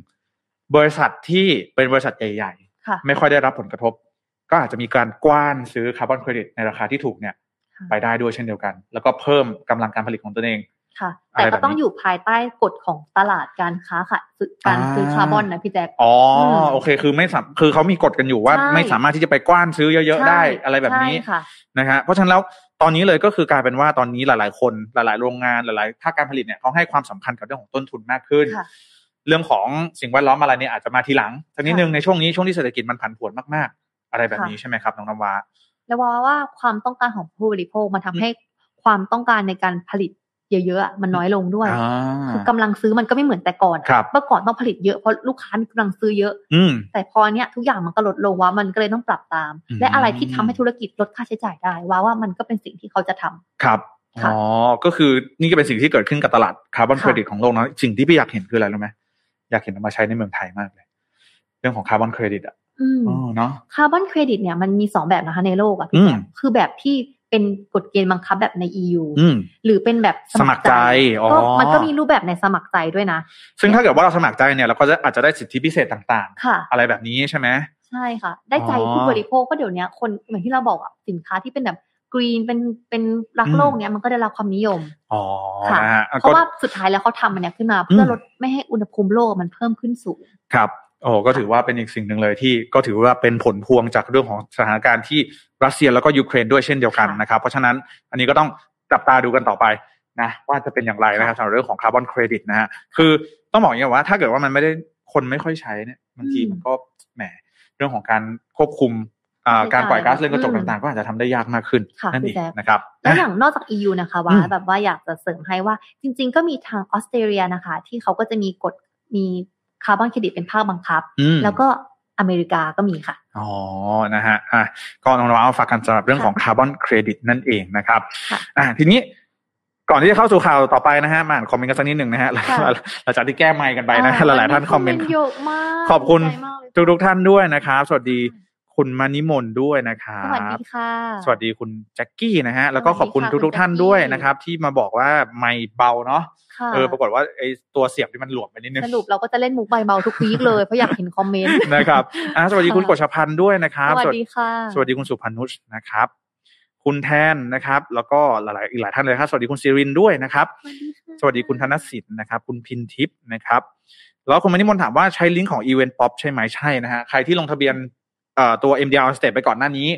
1บริษัทที่เป็นบริษัทใหญ่ๆไม่ค่อยได้รับผลกระทบก็อาจจะมีการกว้านซื้อคาร์บอนเครดิตในราคาที่ถูกเนี่ยไปได้ด้วยเช่นเดียวกันแล้วก็เพิ่มกำลังการผลิตของตัวเองค่ะแต่ก็ต้องอยู่ภายใต้กฎของตลาดการค้าค่ะการซื้อคาร์บอนนะพี่แจ๊คโอเคคือเขามีกฎกันอยู่ว่าไม่สามารถที่จะไปกว้านซื้อเยอะๆได้อะไรแบบนี้นะฮะเพราะฉะนั้นแล้วตอนนี้เลยก็คือกลายเป็นว่าตอนนี้หลายๆคนหลายๆโรงงานหลายๆภาคการผลิตเนี่ยเขาให้ความสำคัญกับเรื่องของต้นทุนมากขึ้นเรื่องของสิ่งแวดล้อมอะไรเนี่ยอาจจะมาทีหลังทีนิดนึงในช่วงที่เศรษฐกิจมันผันผวนมากๆอะไรแบบนี้ใช่ไหมครับน้องน้ำว้าแล้วว่าความต้องการของผู้บริโภคมันทำให้ความต้องการในการผลิตเยอะๆมันน้อยลงด้วยคือกำลังซื้อมันก็ไม่เหมือนแต่ก่อนเมื่อก่อนต้องผลิตเยอะเพราะลูกค้ามีกำลังซื้อเยอะแต่พอเนี้ยทุกอย่างมันก็ลดลงว่ามันก็เลยต้องปรับตามและอะไรที่ทำให้ธุรกิจลดค่าใช้จ่ายได้ว่ามันก็เป็นสิ่งที่เขาจะทำครับก็คือนี่ก็เป็นสิ่งที่เกิดขึ้นกับตลาดคาร์บอนเครดิตของโลกนะสิ่งที่พี่อยากเห็นคืออะไรรู้ไหมอยากเห็นเอามาใช้ในเมืองไทยมากเลยเรื่องของคาร์บอนเครดิตเนาะคาร์บอนเครดิตเนี่ยมันมี2แบบนะคะในโลกอ่ะพี่คือแบบที่เป็นกฎเกณฑ์บังคับแบบใน EU หรือเป็นแบบสมัครใจก็มันก็มีรูปแบบในสมัครใจด้วยนะซึ่งถ้าเกิดว่าเราสมัครใจเนี่ยเราก็อาจจะได้สิทธิพิเศษต่างๆอะไรแบบนี้ใช่ไหมใช่ค่ะได้ใจผู้บริโภคก็เดี๋ยวนี้คนเหมือนที่เราบอกอ่ะสินค้าที่เป็นแบบกรีนเป็นรักโลกเนี้ยมันก็ได้รับความนิยมค่ะเพราะว่าสุดท้ายแล้วเขาทำมันเนี่ยขึ้นมาเพื่อลดไม่ให้อุณหภูมิโลกมันเพิ่มขึ้นสูงครับก็ถือว่าเป็นอีกสิ่งหนึ่งเลยที่ก็ถือว่าเป็นผลพวงจากเรื่องของสถานการณ์ที่รัสเซียแล้วก็ยูเครนด้วยเช่นเดียวกันนะครับเพราะฉะนั้นอันนี้ก็ต้องจับตาดูกันต่อไปนะว่าจะเป็นอย่างไรนะครับสำหรับเรื่องของคาร์บอนเครดิตนะฮะคือต้องบอกอย่างนี้ว่าถ้าเกิดว่ามันไม่ได้คนไม่ค่อยใช้เนี่ยบางทีมันก็แหมเรื่องของการควบคุมการปล่อยก๊าซเรือนกระจกต่างๆก็อาจจะทำได้ยากมากขึ้นนั่นเองนะครับแล้วอย่างนอกจาก EU นะคะว่าแบบว่าอยากจะเสริมให้ว่าจริงๆก็มีทางออสเตรเลียนะคะที่เขาก็จะมีกฎมีคาร์บอนเครดิตเป็นภาคบังคับแล้วก็อเมริกาก็มีค่ะนะฮะก็น้องๆฝากกันสำหรับเรื่องของคาร์บอนเครดิตนั่นเองนะครับทีนี้ก่อนที่จะเข้าสู่ข่าวต่อไปนะฮะมาอ่านคอมเมนต์กันสักนิดนึงนะฮะหลังจากที่แก้ไมค์กันไปนะหลายๆท่านคอมเมนต์เยอะมากขอบคุณทุกท่านด้วยนะครับสวัสดีคุณมานิมนต์ด้วยนะครับสวัสดีค่ะสวัสดีคุณแจ็คกี้นะฮะแล้วก็ขอบคุณทุกท่านด้วยนะครับที่มาบอกว่าไมค์เบาเนาะปรากฏว่าไอ้ตัวเสียบที่มันหลวมไปนิดนึงสรุปเราก็จะเล่นมุกใบเบาทุกวีคเลยเพราะอยากเห็นคอมเมนต์นะครับสวัสดีคุณกฤษพันธ์ด้วยนะครับสวัสดีค่ะสวัสดีคุณสุพนุชนะครับคุณแทนนะครับแล้วก็อีกหลายท่านเลยครับสวัสดีคุณศิรินด้วยนะครับสวัสดีคุณธนสิทธิ์นะครับคุณพินทิพย์นะครับแล้วคุณมานิมนต์ถามว่าใช้ลิงก์ของ Event Pop ใช่ไหมใช่นะฮะใครที่ลงทะเบียนตัว MDR on Stage ไปก่อนหน้านี้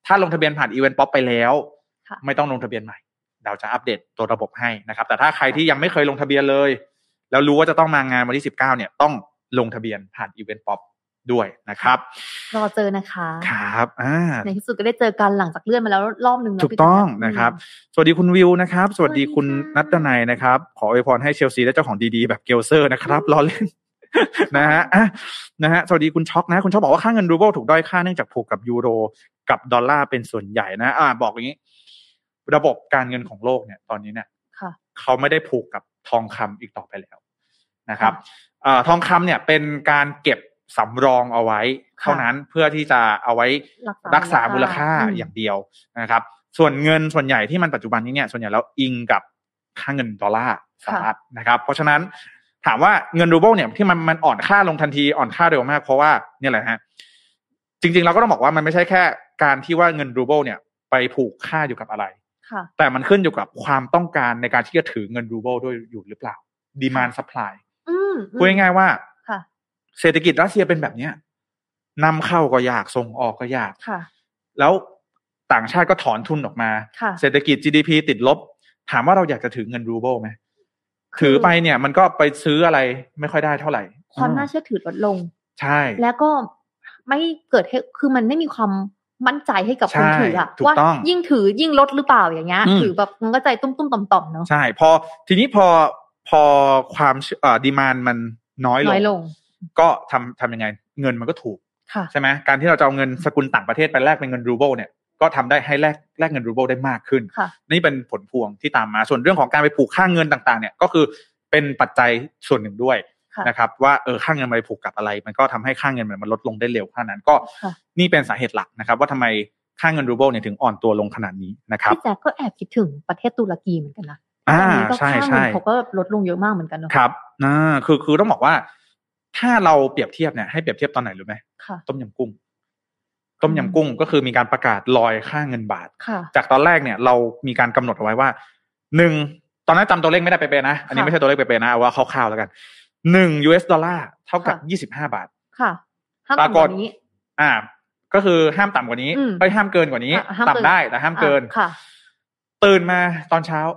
ถ้าลงทะเบียนผ่าน Event Pop ไปแล้วไม่ต้องลงทะเบียนใหม่เราจะอัปเดตตัวระบบให้นะครับแต่ถ้าใครที่ยังไม่เคยลงทะเบียนเลยแล้วรู้ว่าจะต้องมางานวันที่19เนี่ยต้องลงทะเบียนผ่าน Event Pop ด้วยนะครับรอเจอนะคะครับในที่สุดก็ได้เจอกันหลังจากเลื่อนมาแล้วรอบนึงถูกต้องนะครับสวัสดีคุณวิวนะครับสวัสดีคุณนัทนัยนะครับขออวยพรให้เชลซีได้เจ้าของดีๆแบบเกลเซอร์นะครับล้อเล่นนะฮะสวัสดีคุณช็อกนะคุณช็อกบอกว่าค่าเงินรูเบิลถูกด้อยค่าเนื่องจากผูกกับยูโรกับดอลลาร์เป็นส่วนใหญ่นะบอกอย่างนี้ระบบการเงินของโลกเนี่ยตอนนี้เนี่ยเขาไม่ได้ผูกกับทองคำอีกต่อไปแล้วนะครับทองคำเนี่ยเป็นการเก็บสำรองเอาไว้เท่านั้นเพื่อที่จะเอาไว้รักษามูลค่าอย่างเดียวนะครับส่วนเงินส่วนใหญ่ที่มันปัจจุบันนี้เนี่ยส่วนใหญ่แล้วอิงกับค่าเงินดอลลาร์สหรัฐนะครับเพราะฉะนั้นถามว่าเงินรูเบิลเนี่ยที่มันอ่อนค่าลงทันทีอ่อนค่าเร็วมากเพราะว่าเนี่ยแหละฮะจริงๆเราก็ต้องบอกว่ามันไม่ใช่แค่การที่ว่าเงินรูเบิลเนี่ยไปผูกค่าอยู่กับอะไรแต่มันขึ้นอยู่กับความต้องการในการที่จะถือเงินรูเบิลด้วยอยู่หรือเปล่า demand supply พูดง่ายๆว่าเศรษฐกิจรัสเซียเป็นแบบนี้นำเข้าก็ยากส่งออกก็ยากแล้วต่างชาติก็ถอนทุนออกมาเศรษฐกิจ GDP ติดลบถามว่าเราอยากจะถือเงินรูเบิลไหมถือไปเนี่ยมันก็ไปซื้ออะไรไม่ค่อยได้เท่าไหร่ความน่าเชื่อถือลดลงใช่แล้วก็ไม่เกิดคือมันไม่มีความมั่นใจให้กับคนถืออะว่ายิ่งถือยิ่งลดหรือเปล่าอย่างเงี้ยถือแบบมันก็ใจตุ้มๆต่อมๆเนาะใช่ทีนี้พอความดีมานด์มันน้อยลงก็ทำยังไงเงินมันก็ถูกใช่ไหมการที่เราจะเอาเงินสกุลต่างประเทศไปแลกเป็นเงินรูเบิลเนี่ยก็ทำได้ให้แลกเงินรูเบิลได้มากขึ้นนี่เป็นผลพวงที่ตามมาส่วนเรื่องของการไปผูกค่าเงินต่างๆเนี่ยก็คือเป็นปัจจัยส่วนหนึ่งด้วยนะครับว่าค่าเงินไปผูกกับอะไรมันก็ทำให้ค่าเงินมันลดลงได้เร็วขนาดนั้นก็นี่เป็นสาเหตุหลักนะครับว่าทำไมค่าเงินรูเบิลเนี่ยถึงอ่อนตัวลงขนาดนี้นะครับพี่แจ๊คก็แอบคิดถึงประเทศตุรกีเหมือนกันนะใช่ใช่เขาก็ลดลงเยอะมากเหมือนกันเนาะครับคือต้องบอกว่าถ้าเราเปรียบเทียบเนี่ยให้เปรียบเทียบตอนไหนรู้ไหมต้มยำกุ้งก็คือมีการประกาศลอยค่าเงินบาทจากตอนแรกเนี่ยเรามีการกำหนดเอาไว้ว่า1ตอนนั้นจำตัวเลขไม่ได้เป๊ะๆนะอันนี้ไม่ใช่ตัวเลขเป๊ะๆนะเอาว่าคร่าวๆแล้วกัน1 US ดอลลาร์เท่ากับ25 บาทค่ะปรากฏก็คือห้ามต่ำกว่านี้ไม่ห้ามเกินกว่านี้ต่ำได้แต่ห้ามเกินตื่นมาตอนเช้า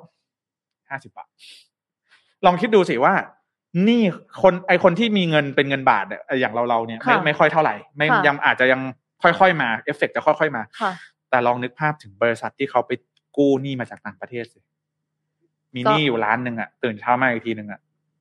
50 บาทลองคิดดูสิว่านี่คนที่มีเงินเป็นเงินบาทอย่างเราเนี่ยไม่ค่อยเท่าไหร่ไม่ยังอาจจะยังค่อยๆมาเอฟเฟกต์จะค่อยๆมาแต่ลองนึกภาพถึงบริษัทที่เขาไปกู้หนี้มาจากต่างประเทศสิมีหนี้อยู่ล้านนึงอ่ะตื่นเช้ามาอีกทีนึงอ่ะ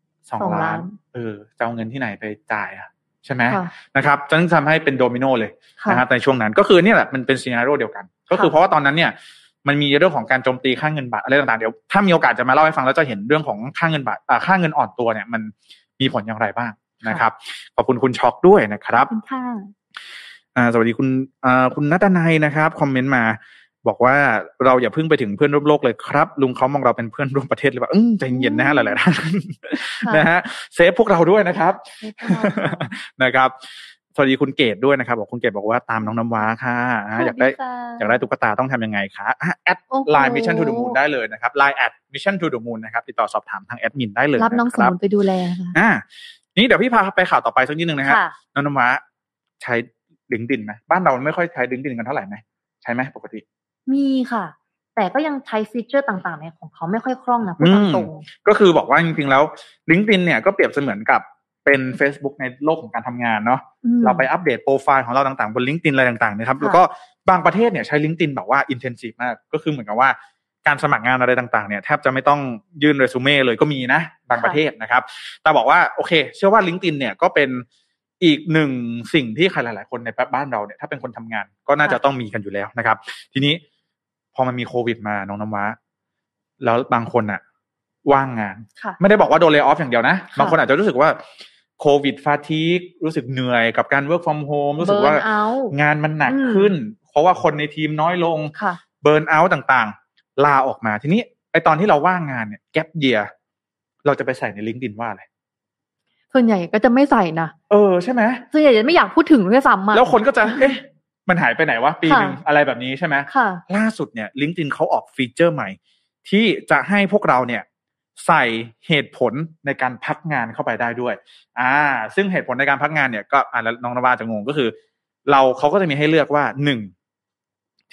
2 ล้านจะเอาเงินที่ไหนไปจ่ายอ่ะใช่ไหมนะครับจึงทำให้เป็นโดมิโนเลยนะครับในช่วงนั้นก็คือเนี่ยแหละมันเป็นซีนาริโอเดียวกันก็คือเพราะว่าตอนนั้นเนี่ยมันมีเรื่องของการโจมตีค่าเงินบาทอะไรต่างๆเดี๋ยวถ้ามีโอกาสจะมาเล่าให้ฟังแล้วจะเห็นเรื่องของค่าเงินบาทค่าเงินอ่อนตัวเนี่ยมันมีผลอย่างไรบ้างนะครับขอบคุณคุณช็อกด้วยนะครับสวัสดีคุณณัฐนัยนะครับคอมเมนต์มาบอกว่าเราอย่าเพิ่งไปถึงเพื่อนร่วมโลกเลยครับลุงเขามองเราเป็นเพื่อนร่วมประเทศเลยว่าใจเย็นนะฮะหลายๆท่านนะฮะเซฟพวกเราด้วยนะครับนะครับสวัสดีคุณเกดด้วยนะครับบอกคุณเกดบอกว่าตามน้องน้ำว้าค่ะอยากได้ตุ๊กตาต้องทำยังไงคะแอด Line Mission to the Moon ได้เลยนะครับ Line @Mission to the Moon นะครับติดต่อสอบถามทางแอดมินได้เลยรับน้องสมุนไปดูแลค่ะนี่เดี๋ยวพี่พาไปข่าวต่อไปสักนิดนึงนะครับน้องน้ำว้าใช้ LinkedIn มั้ยบ้านเราไม่ค่อยใช้ LinkedIn กันเท่าไหร่มั้ยใช้มั้ยปกติมีค่ะแต่ก็ยังใช้ฟีเจอร์ต่างๆเนี่ยของเขาไม่ค่อยคล่องนะพูดตรงๆก็คือบอกว่าจริงๆแล้ว LinkedIn เนี่ยก็เปรียบเสมือนกับเป็น Facebook ในโลกของการทำงานเนาะเราไปอัปเดตโปรไฟล์ของเราต่างๆบน LinkedIn อะไรต่างๆนะครับแล้วก็บางประเทศเนี่ยใช้ LinkedIn แบบว่า intensive มากก็คือเหมือนกับว่าการสมัครงานอะไรต่างๆเนี่ยแทบจะไม่ต้องยื่นเรซูเม่เลยก็มีนะบางประเทศนะครับแต่บอกว่าโอเคเชื่อว่า LinkedIn เนี่ยก็เป็นอีกหนึ่งสิ่งที่ใครหลายๆคนในบ้านเราเนี่ยถ้าเป็นคนทำงานก็น่าจะต้องมีกันอยู่แล้วนะครับทีนี้พอมันมีโควิดมาน้องน้ำว้าแล้วบางคนอ่ะว่างงานไม่ได้บอกว่าโดนเลย์ออฟอย่างเดียวนะบางคนอาจจะรู้สึกว่าโควิดฟาทีกรู้สึกเหนื่อยกับการ work from home รู้สึกว่างานมันหนักขึ้นเพราะว่าคนในทีมน้อยลงเบิร์นเอาท์ต่างๆลาออกมาทีนี้ไอตอนที่เราว่างงานเนี่ยแก๊ปเยียร์เราจะไปใส่ใน LinkedIn ว่าอะไรส่วนใหญ่ก็จะไม่ใส่นะใช่ไหมส่วนใหญ่จะไม่อยากพูดถึงด้วยซ้ำแล้วคนก็จะมันหายไปไหนวะปีนึงอะไรแบบนี้ใช่ไหมล่าสุดเนี่ย LinkedIn เขาออกฟีเจอร์ใหม่ที่จะให้พวกเราเนี่ยใส่เหตุผลในการพักงานเข้าไปได้ด้วยซึ่งเหตุผลในการพักงานเนี่ยก็แล้วน้องนวาจะงงก็คือเขาก็จะมีให้เลือกว่า1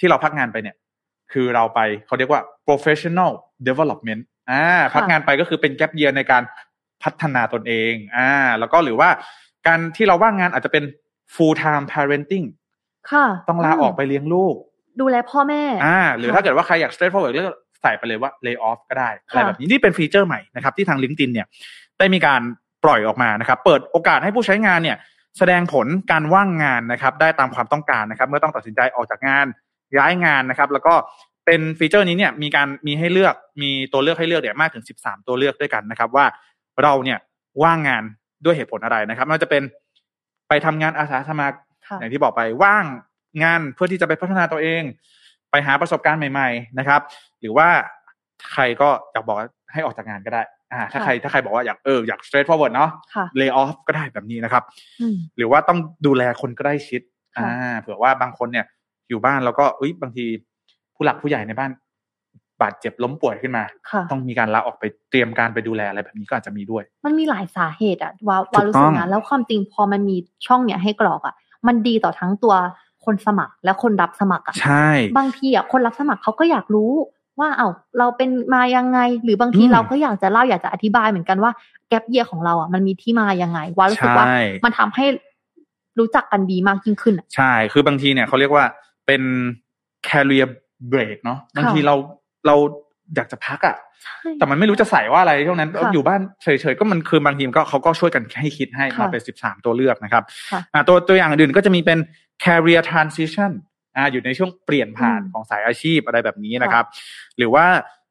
ที่เราพักงานไปเนี่ยคือเราไปเขาเรียกว่า professional development พักงานไปก็คือเป็น gap year ในการพัฒนาตนเองแล้วก็หรือว่าการที่เราว่างงานอาจจะเป็น full time parenting ค่ะต้องลาออกไปเลี้ยงลูกดูแลพ่อแม่หรือถ้าเกิดว่าใครอยาก straight forward ก็ใส่ไปเลยว่า lay off ก็ได้อะไรแบบนี้นี่เป็นฟีเจอร์ใหม่นะครับที่ทาง LinkedIn เนี่ยได้มีการปล่อยออกมานะครับเปิดโอกาสให้ผู้ใช้งานเนี่ยแสดงผลการว่างงานนะครับได้ตามความต้องการนะครับเมื่อต้องตัดสินใจออกจากงานย้ายงานนะครับแล้วก็เป็นฟีเจอร์นี้เนี่ยมีให้เลือกมีตัวเลือกให้เลือกเนี่ยมากถึง13ตัวเลือกด้วยกันนะครับว่าเราเนี่ยว่างงานด้วยเหตุผลอะไรนะครับไม่ว่าจะเป็นไปทำงานอาสาสมัครอย่างที่บอกไปว่างงานเพื่อที่จะไปพัฒนาตัวเองไปหาประสบการณ์ใหม่ๆนะครับหรือว่าใครก็อยากบอกให้ออกจากงานก็ได้ถ้าใครบอกว่าอยาก straight forward เนาะ lay off ก็ได้แบบนี้นะครับหรือว่าต้องดูแลคนใกล้ชิดเผื่อว่าบางคนเนี่ยอยู่บ้านแล้วก็บางทีผู้หลักผู้ใหญ่ในบ้านบาดเจ็บล้มป่วยขึ้นมาต้องมีการลาออกไปเตรียมการไปดูแลอะไรแบบนี้ก็อาจจะมีด้วยมันมีหลายสาเหตุว่ารู้สึกนะแล้วความจริงพอมันมีช่องเนี่ยให้กรอกมันดีต่อทั้งตัวคนสมัครและคนรับสมัครใช่บางทีคนรับสมัครเขาก็อยากรู้ว่าเราเป็นมายังไงหรือบางทีเราก็อยากจะเล่าอยากจะอธิบายเหมือนกันว่าแกปเยียร์ของเรามันมีที่มายังไงว่ารู้สึกว่ามันทำให้รู้จักกันดีมากยิ่งขึ้นใช่คือบางทีเนี่ยเขาเรียกว่าเป็น career break เนาะบางทีเราอยากจะพักแต่มันไม่รู้จะใส่ว่าอะไรช่วงนั้นอยู่บ้านเฉยๆก็มันคือบางทีก็เขาก็ช่วยกันให้คิดให้มาเป็น13ตัวเลือกนะครับตัวอย่างอื่นก็จะมีเป็น career transitionอยู่ในช่วงเปลี่ยนผ่านของสายอาชีพอะไรแบบนี้นะครับหรือว่า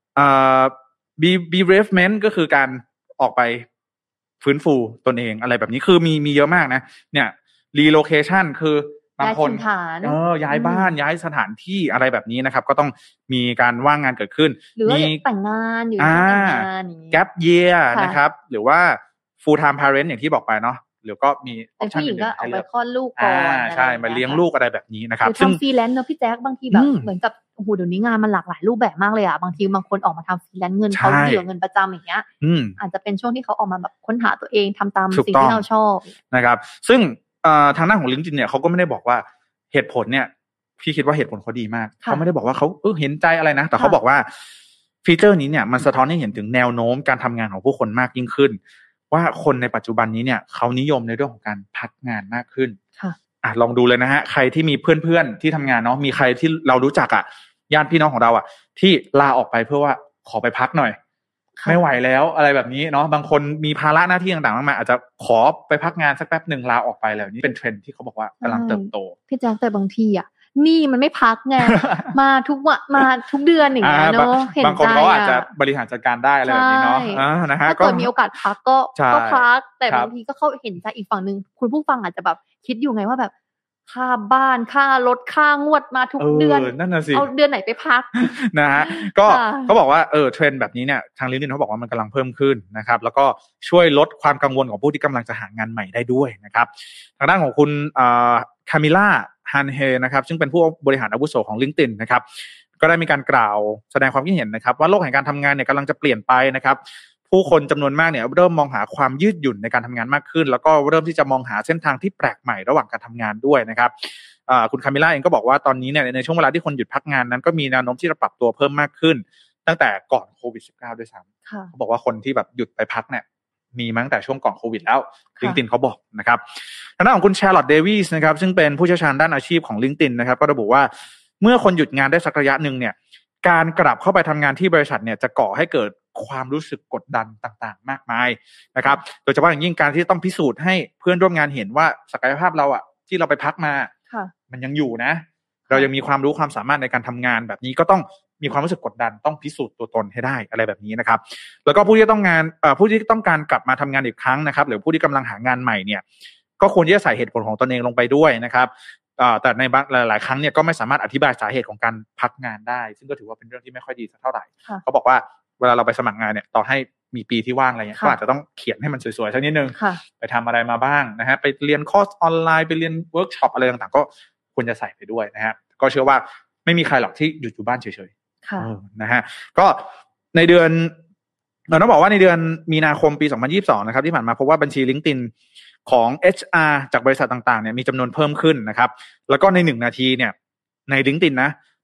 bereavement ก็คือการออกไปฟื้นฟูตนเองอะไรแบบนี้คือมีเยอะมากนะเนี่ย relocation คือบางคนย้ายบ้านย้ายสถานที่อะไรแบบนี้นะครับก็ต้องมีการว่างงานเกิดขึ้นมีแต่งงานอยู่แต่งงาน gap year นะครับหรือว่า full time parent อย่างที่บอกไปเนาะหรือก็มีออปชั่นอื่นก็เอาไปคลอดลูกก่อนใช่มาเลี้ยงลูกอะไรแบบนี้นะครับซึ่งฟรีแลนซ์เนาะพี่แจ๊คบางทีแบบเหมือนกับโอ้โหเดี๋ยวนี้งานมันหลากหลายรูปแบบมากเลยบางทีบางคนออกมาทำฟรีแลนซ์เงินเขาเยอะเงินประจำอย่างเงี้ยอาจจะเป็นช่วงที่เขาออกมาแบบค้นหาตัวเองทำตามสิ่งที่เราชอบนะครับซึ่งทางด้านของ LinkedIn เนี่ยเขาก็ไม่ได้บอกว่าเหตุผลเนี่ยพี่คิดว่าเหตุผลเขาดีมากเขาไม่ได้บอกว่าเขาเห็นใจอะไรนะแต่เขาบอกว่าฟีเจอร์นี้เนี่ยมันสะท้อนให้เห็นถึงแนวโน้มการทำงานของผู้คนมากยิ่งขึ้นว่าคนในปัจจุบันนี้เนี่ยเขานิยมในเรื่องของการพักงานมากขึ้นลองดูเลยนะฮะใครที่มีเพื่อนๆที่ทำงานเนาะมีใครที่เรารู้จักญาติพี่น้องของเราที่ลาออกไปเพื่อว่าขอไปพักหน่อยไม่ไหวแล้วอะไรแบบนี้เนาะบางคนมีภาระหน้าที่ต่างๆมากมายอาจจะขอไปพักงานสักแป๊บนึงลาออกไปแล้วนี่เป็นเทรนด์ที่เขาบอกว่ากำลังเติบโตพี่แจ๊คแต่บางทีนี่มันไม่พักไง มาทุกเดือนอย่างเงี้ยเนาะเห็นใจบางคนเขาอาจจะบริหารจัดการได้อะไรแบบนี้เนาะนะฮะก็มีโอกาสพักก็พักแต่บางทีก็เข้าเห็นใจอีกฝั่งนึงคุณผู้ฟังอาจจะแบบคิดอยู่ไงว่าแบบค่าบ้านค่ารถค่างวดมาทุกเดือนนั่นน่ะสิเอาเดือนไหนไปพักนะฮะก็เขาบอกว่าเทรนด์แบบนี้เนี่ยทาง LinkedIn เขาบอกว่ามันกำลังเพิ่มขึ้นนะครับแล้วก็ช่วยลดความกังวลของผู้ที่กำลังจะหางานใหม่ได้ด้วยนะครับทางด้านของคุณคามิล่าฮันเฮนะครับซึ่งเป็นผู้บริหารอาวุโสของ LinkedIn นะครับก็ได้มีการกล่าวแสดงความคิดเห็นนะครับว่าโลกแห่งการทำงานเนี่ยกำลังจะเปลี่ยนไปนะครับผู้คนจำนวนมากเนี่ยเริ่มมองหาความยืดหยุ่นในการทำงานมากขึ้นแล้วก็เริ่มที่จะมองหาเส้นทางที่แปลกใหม่ระหว่างการทำงานด้วยนะครับคุณคามิล่าเองก็บอกว่าตอนนี้เนี่ยในช่วงเวลาที่คนหยุดพักงานนั้นก็มีแนวโน้มที่จะปรับตัวเพิ่มมากขึ้นตั้งแต่ก่อนโควิด -19 ด้วยซ้ำเขาบอกว่าคนที่แบบหยุดไปพักเนี่ยมีมาตั้งแต่ช่วงก่อนโควิดแล้ว LinkedIn เขาบอกนะครับทางด้านของคุณแชร์ลอตเดวิสนะครับซึ่งเป็นผู้เชี่ยวชาญด้านอาชีพของ LinkedIn นะครับก็ระบุว่าเมื่อคนหยุดงานได้สักระยะนึงเนี่ยการกลับเข้าไปทำงานที่บริษัทเนี่ยจะก่อให้เกิดความรู้สึกกดดันต่างๆมากมายนะครับโดยเฉพาะอย่างยิ่งการที่ต้องพิสูจน์ให้เพื่อนร่วมงานเห็นว่าศักยภาพเราที่เราไปพักมามันยังอยู่นะเรายังมีความรู้ความสามารถในการทำงานแบบนี้ก็ต้องมีความรู้สึกกดดันต้องพิสูจน์ตัวตนให้ได้อะไรแบบนี้นะครับแล้วก็ผู้ที่ต้องการกลับมาทำงานอีกครั้งนะครับหรือผู้ที่กำลังหางานใหม่เนี่ยก็ควรที่จะใส่เหตุผลของตนเองลงไปด้วยนะครับแต่ในบางหลายๆครั้งเนี่ยก็ไม่สามารถอธิบายสาเหตุของการพักงานได้ซึ่งก็ถือว่าเป็นเรื่องที่ไม่ค่อยดีสักเท่าไหร่เขาบอกว่าเวลาเราไปสมัครงานเนี่ยต่อให้มีปีที่ว่างอะไรเงี้ยก็อาจจะต้องเขียนให้มันสวยๆสักนิดนึงไปทำอะไรมาบ้างนะฮะไปเรียนคอร์สออนไลน์ไปเรียนเวิร์กช็อปอะไรต่างๆก็ควรจะใส่ไปด้วยนะฮะก็เชื่อว่าไม่มีใครหรอกที่หยุดอยู่บ้านเฉยๆนะฮะก็ในเดือนเราต้องบอกว่าในเดือนมีนาคมปี2022นะครับที่ผ่านมาพบว่าบัญชี LinkedIn ของ HR จากบริษัทต่างๆเนี่ยมีจำนวนเพิ่มขึ้นนะครับแล้วก็ใน1นาทีเนี่ยใน LinkedIn นะ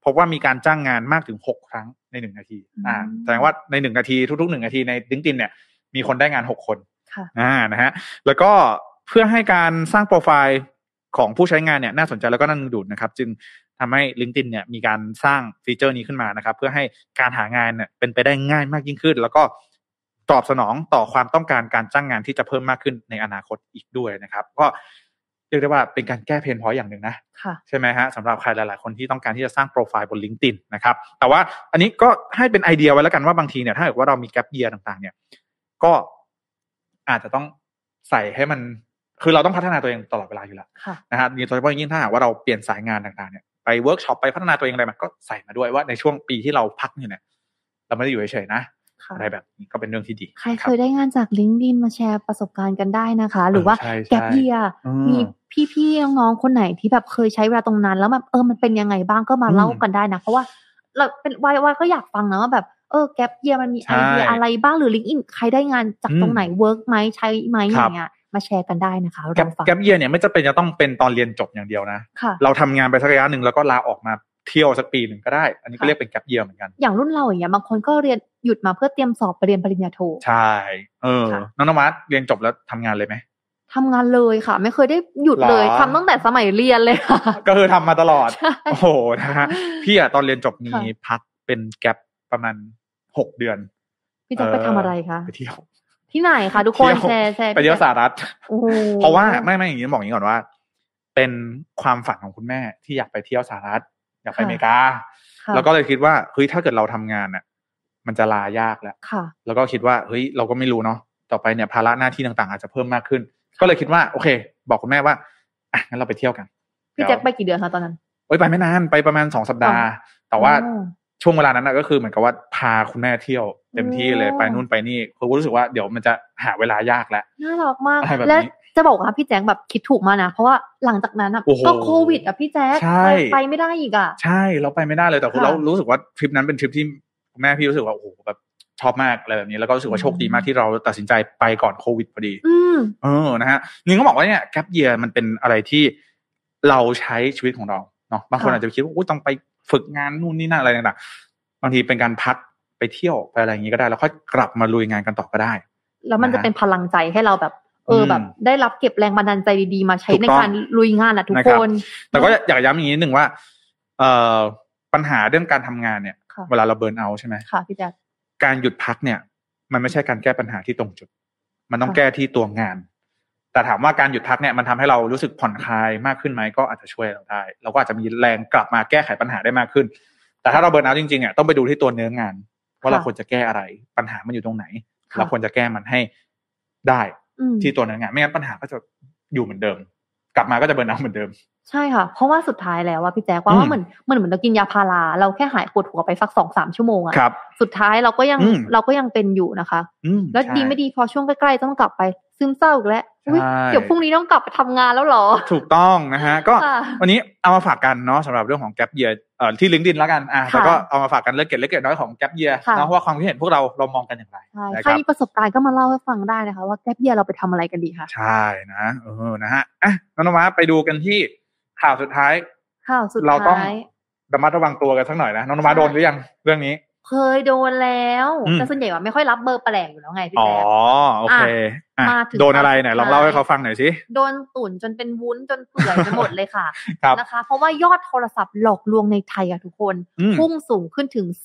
พบว่ามีการจ้างงานมากถึง6ครั้งใน1นาทีแสดงว่าใน1นาทีทุกๆ1นาทีใน LinkedIn เนี่ยมีคนได้งาน6คนนะฮะแล้วก็เพื่อให้การสร้างโปรไฟล์ของผู้ใช้งานเนี่ยน่าสนใจแล้วก็น่าดึงดูดนะครับจึงทำให้ LinkedIn เนี่ยมีการสร้างฟีเจอร์นี้ขึ้นมานะครับเพื่อให้การหางานเนี่ยเป็นไปได้ง่ายมากยิ่งขึ้นแล้วก็ตอบสนองต่อความต้องการการจ้างงานที่จะเพิ่มมากขึ้นในอนาคตอีกด้วยนะครับก็เรียกได้ว่าเป็นการแก้เพนพอยต์อย่างหนึ่งนะใช่ไหมฮะสำหรับใครหลายๆคนที่ต้องการที่จะสร้างโปรไฟล์บน LinkedIn นะครับแต่ว่าอันนี้ก็ให้เป็นไอเดียไว้แล้วกันว่าบางทีเนี่ยถ้าเกิดว่าเรามีแกปเยียร์ต่างๆเนี่ยก็อาจจะต้องใส่ให้มันคือเราต้องพัฒนาตัวเองตลอดเวลาอยู่แล้วนะฮะโดยเฉพาะยิ่งถ้าหากว่าเราเปลี่ยนสายงานต่างๆเนี่ยไปเวิร์กช็อปไปพัฒนาตัวเองอะไรมันก็ใส่มาด้วยว่าในช่วงปีที่เราพักเนี่ยเราไม่ได้อยู่เฉยๆนะอะไรแบบนี้ก็เป็นเรื่องที่ดีใครเคยได้งานจาก LinkedIn มาแชร์ประสบการณ์กันได้นะคะหรือว่าแกปเยียร์มีพี่ๆน้องๆคนไหนที่แบบเคยใช้เวลาตรงนั้นแล้วแบบมันเป็นยังไงบ้างก็มาเล่ากันได้นะเพราะว่าเราเป็นวายก็อยากฟังนะว่าแบบแกปเยียร์มันมีไอเดียอะไรบ้างหรือ LinkedIn ใครได้งานจากตรงไหนเวิร์กไหมใช้ไหมอย่างเงี้ยมาแชร์กันได้นะคะแกปเยียร์เนี่ยไม่จำเป็นจะต้องเป็นตอนเรียนจบอย่างเดียวนะเราทำงานไปสักระยะนึงแล้วก็ลาออกมาเที่ยวสักปีนึงก็ได้อันนี้ก็เรียกเป็นแกปเยียร์เหมือนกันอย่างรุ่นเราอย่างเงี้ยบางคนก็เรียนหยุดมาเพื่อเตรียมสอบไปเรียนปริญญาโทใช่น้องนวัดเรียนจบแล้วทำงานเลยไหมทำงานเลยค่ะไม่เคยได้หยุดเลยทำตั้งแต่สมัยเรียนเลยค่ะก็คือทำมาตลอดโอ้โหนะฮะพี่ตอนเรียนจบมีพักเป็นแกปประมาณ6 เดือนพี่จะไปทำอะไรคะไปเที่ยวที่ไหนคะทุกคนแชร์ไปเที่ยวสหรัฐเพราะว่าไม่อย่างนี้บอกอย่างนี้ก่อนว่าเป็นความฝันของคุณแม่ที่อยากไปเที่ยวสหรัฐอยากไปอเมริกาแล้วก็เลยคิดว่าเฮ้ยถ้าเกิดเราทำงานน่ะมันจะลายากแล้วแล้วก็คิดว่าเฮ้ยเราก็ไม่รู้เนาะต่อไปเนี่ยภาระหน้าที่ต่างๆอาจจะเพิ่มมากขึ้นก็เลยคิดว่าโอเคบอกคุณแม่ว่างั้นเราไปเที่ยวกันพี่แจ็คไปกี่เดือนคะตอนนั้นไปไม่นานไปประมาณ2 สัปดาห์แต่ว่าช่วงเวลานั้นก็คือเหมือนกับว่าพาคุณแม่เที่ยวเต็มที่เลยไปนู่นไปนี่คือรู้สึกว่าเดี๋ยวมันจะหาเวลายากแล้วน่ารักมากและจะบอกว่าพี่แจ๊คแบบคิดถูกมานะเพราะว่าหลังจากนั้นก็โควิดพี่แจ๊คไปไม่ได้อีกใช่เราไปไม่ได้เลยแต่เรารู้สึกว่าทริปนั้นเป็นทริปที่แม่พี่รู้สึกว่าโอ้โหแบบชอบมากอะไรแบบนี้แล้วก็รู้สึกว่าโชคดีมากที่เราตัดสินใจไปก่อนโควิดพอดีนะฮะนี่ก็บอกว่าเนี่ยแกปเยียร์มันเป็นอะไรที่เราใช้ชีวิตของเราเนาะบางคนอาจจะคิดว่าต้องไปฝึกงานนู่นนี่นั่นอะไรต่างๆบางทีเป็นการพักไปเที่ยวไปอะไรอย่างนี้ก็ได้แล้วค่อยกลับมาลุยงานกันต่อก็ได้แล้วมันจะเป็นพลังใจให้เราแบบแบบได้รับเก็บแรงบันดาลใจดีๆมาใช้ในการลุยงานทุกคนแต่ก็อยากย้ำอย่างนี้นิดนึงว่าปัญหาเรื่องการทำงานเนี่ยเวลาเราเบิร์นเอาท์ใช่ไหมค่ะพี่แจ๊คการหยุดพักเนี่ยมันไม่ใช่การแก้ปัญหาที่ตรงจุดมันต้องแก้ที่ตัวงานแต่ถามว่าการหยุดพักเนี่ยมันทำให้เรารู้สึกผ่อนคลายมากขึ้นไหมก็อาจจะช่วยเราได้เราก็อาจจะมีแรงกลับมาแก้ไขปัญหาได้มากขึ้นแต่ถ้าเราเบิร์นเอาท์จริงๆต้องไปดูที่ตัวเนื้องานว่าเราควรจะแก้อะไรปัญหามันอยู่ตรงไหนเราควรจะแก้มันให้ได้ที่ตัวเนื้องานไม่งั้นปัญหาก็จะอยู่เหมือนเดิมกลับมาก็จะเบิร์นเอาท์เหมือนเดิมใช่ค่ะเพราะว่าสุดท้ายแล้วว่าพี่แจ๊คว่าเหมือนเรากินยาพาราเราแค่หายปวดหัวไปสัก 2-3 ชั่วโมงอะสุดท้ายเราก็ยังเป็นอยู่นะคะแล้วดีไม่ดีพอช่วงใกล้ๆต้องกลับไปซึมเศร้าอีกแล้วเดี๋ยวพรุ่งนี้ต้องกลับไปทำงานแล้วหรอถูกต้องนะฮะก็วันนี้เอามาฝากกันเนาะสำหรับเรื่องของแกปเยียร์ที่ LinkedIn แล้วกันแล้วก็เอามาฝากกันเรื่องเล็กๆน้อยๆของแกปเยียร์เนาะว่าความคิดเห็นพวกเรามองกันอย่างไรใครมีประสบการณ์ก็มาเล่าให้ฟังได้นะคะว่าแกปเยียร์เราไปทำอะไรกันดีคะใช่นะนะฮะน้องมาไปดูกันที่ข่าวสุดท้ายเราต้องระมัดระวังตัวกันสักหน่อยนะน้องมาโดนหรือยังเรื่องนี้เคยโดนแล้วแต่ส่วนใหญ่ว่าไม่ค่อยรับเบอร์แปลกอยู่แล้วไงพี่แจ๊คโอเคโดนอะไรไหนลองเล่าให้เขาฟังหน่อยสิโดนตุ่นจนเป็นวุ้นจนเปื่อยไปหมดเลยค่ะนะคะเพราะว่ายอดโทรศัพท์หลอกลวงในไทยทุกคนพุ่งสูงขึ้นถึง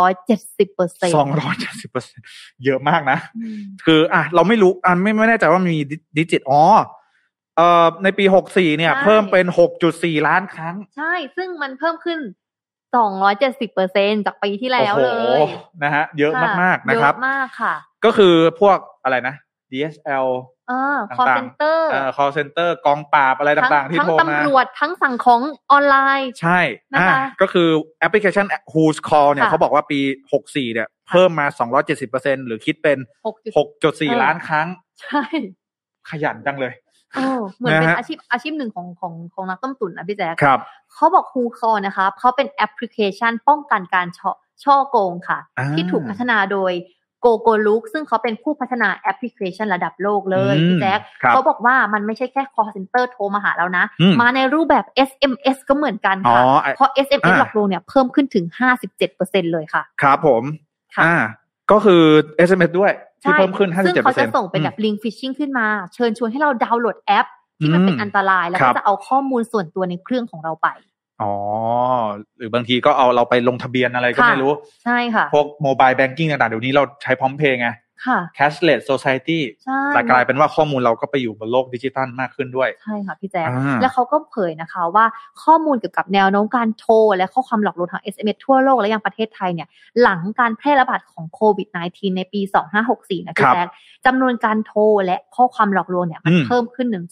270% 270%เยอะมากนะคือเราไม่รู้ไม่แน่ใจว่ามีดิจิตในปี64เนี่ยเพิ่มเป็น 6.4 ล้านครั้งใช่ซึ่งมันเพิ่มขึ้น 270% จากปีที่แล้วเลยนะฮะเยอะมากๆนะครับเยอะมากค่ะก็คือพวกอะไรนะ DSL call center call center กองปราบอะไรต่างๆที่โทรมาทั้งตำรวจทั้งสั่งของออนไลน์ใช่ก็คือแอปพลิเคชัน Who's Call เนี่ยเขาบอกว่าปี64เนี่ยเพิ่มมา 270% หรือคิดเป็น 6.4 ล้านครั้งใช่ขยันจังเลยเหมือนเป็นอาชีพหนึ่งของนักต้มตุ๋นนะพี่แจ๊คครับเขาบอก Who's Call นะคะเขาเป็นแอปพลิเคชันป้องกันการช่อโกงค่ะที่ถูกพัฒนาโดย GoGoLook ซึ่งเขาเป็นผู้พัฒนาแอปพลิเคชันระดับโลกเลยพี่แจ๊คเขาบอกว่ามันไม่ใช่แค่ call center โทรมาหาเรานะมาในรูปแบบ SMS ก็เหมือนกันค่ะเพราะ SMS หลอกลวงเนี่ยเพิ่มขึ้นถึง 57% เลยค่ะครับผมก็คือ SMS ด้วยที่เพิ่มขึ้น 57% ซึ่งเขาจะส่งเป็นแบบ link phishing ขึ้นมาเชิญชวนให้เราดาวน์โหลดแอปที่มันเป็นอันตรายแล้วก็จะเอาข้อมูลส่วนตัวในเครื่องของเราไปหรือบางทีก็เอาเราไปลงทะเบียนอะไรก็ไม่รู้ใช่ค่ะพวกโมบายแบงกิ้งต่างๆเดี๋ยวนี้เราใช้พร้อมเพย์ไงcashless society แต่กลายเป็นว่าข้อมูลเราก็ไปอยู่บนโลกดิจิทัลมากขึ้นด้วยใช่ค่ะพี่แจ๊คแล้วเขาก็เผยนะคะว่าข้อมูลเกี่ยวกับแนวโน้มการโทรและข้อความหลอกลวงทาง SMS ทั่วโลกและยังประเทศไทยเนี่ยหลังการแพร่ระบาดของโควิด -19 ในปี 2564นะพี่แจ๊คจำนวนการโทรและข้อความหลอกลวงเนี่ยมันเพิ่มขึ้นถึง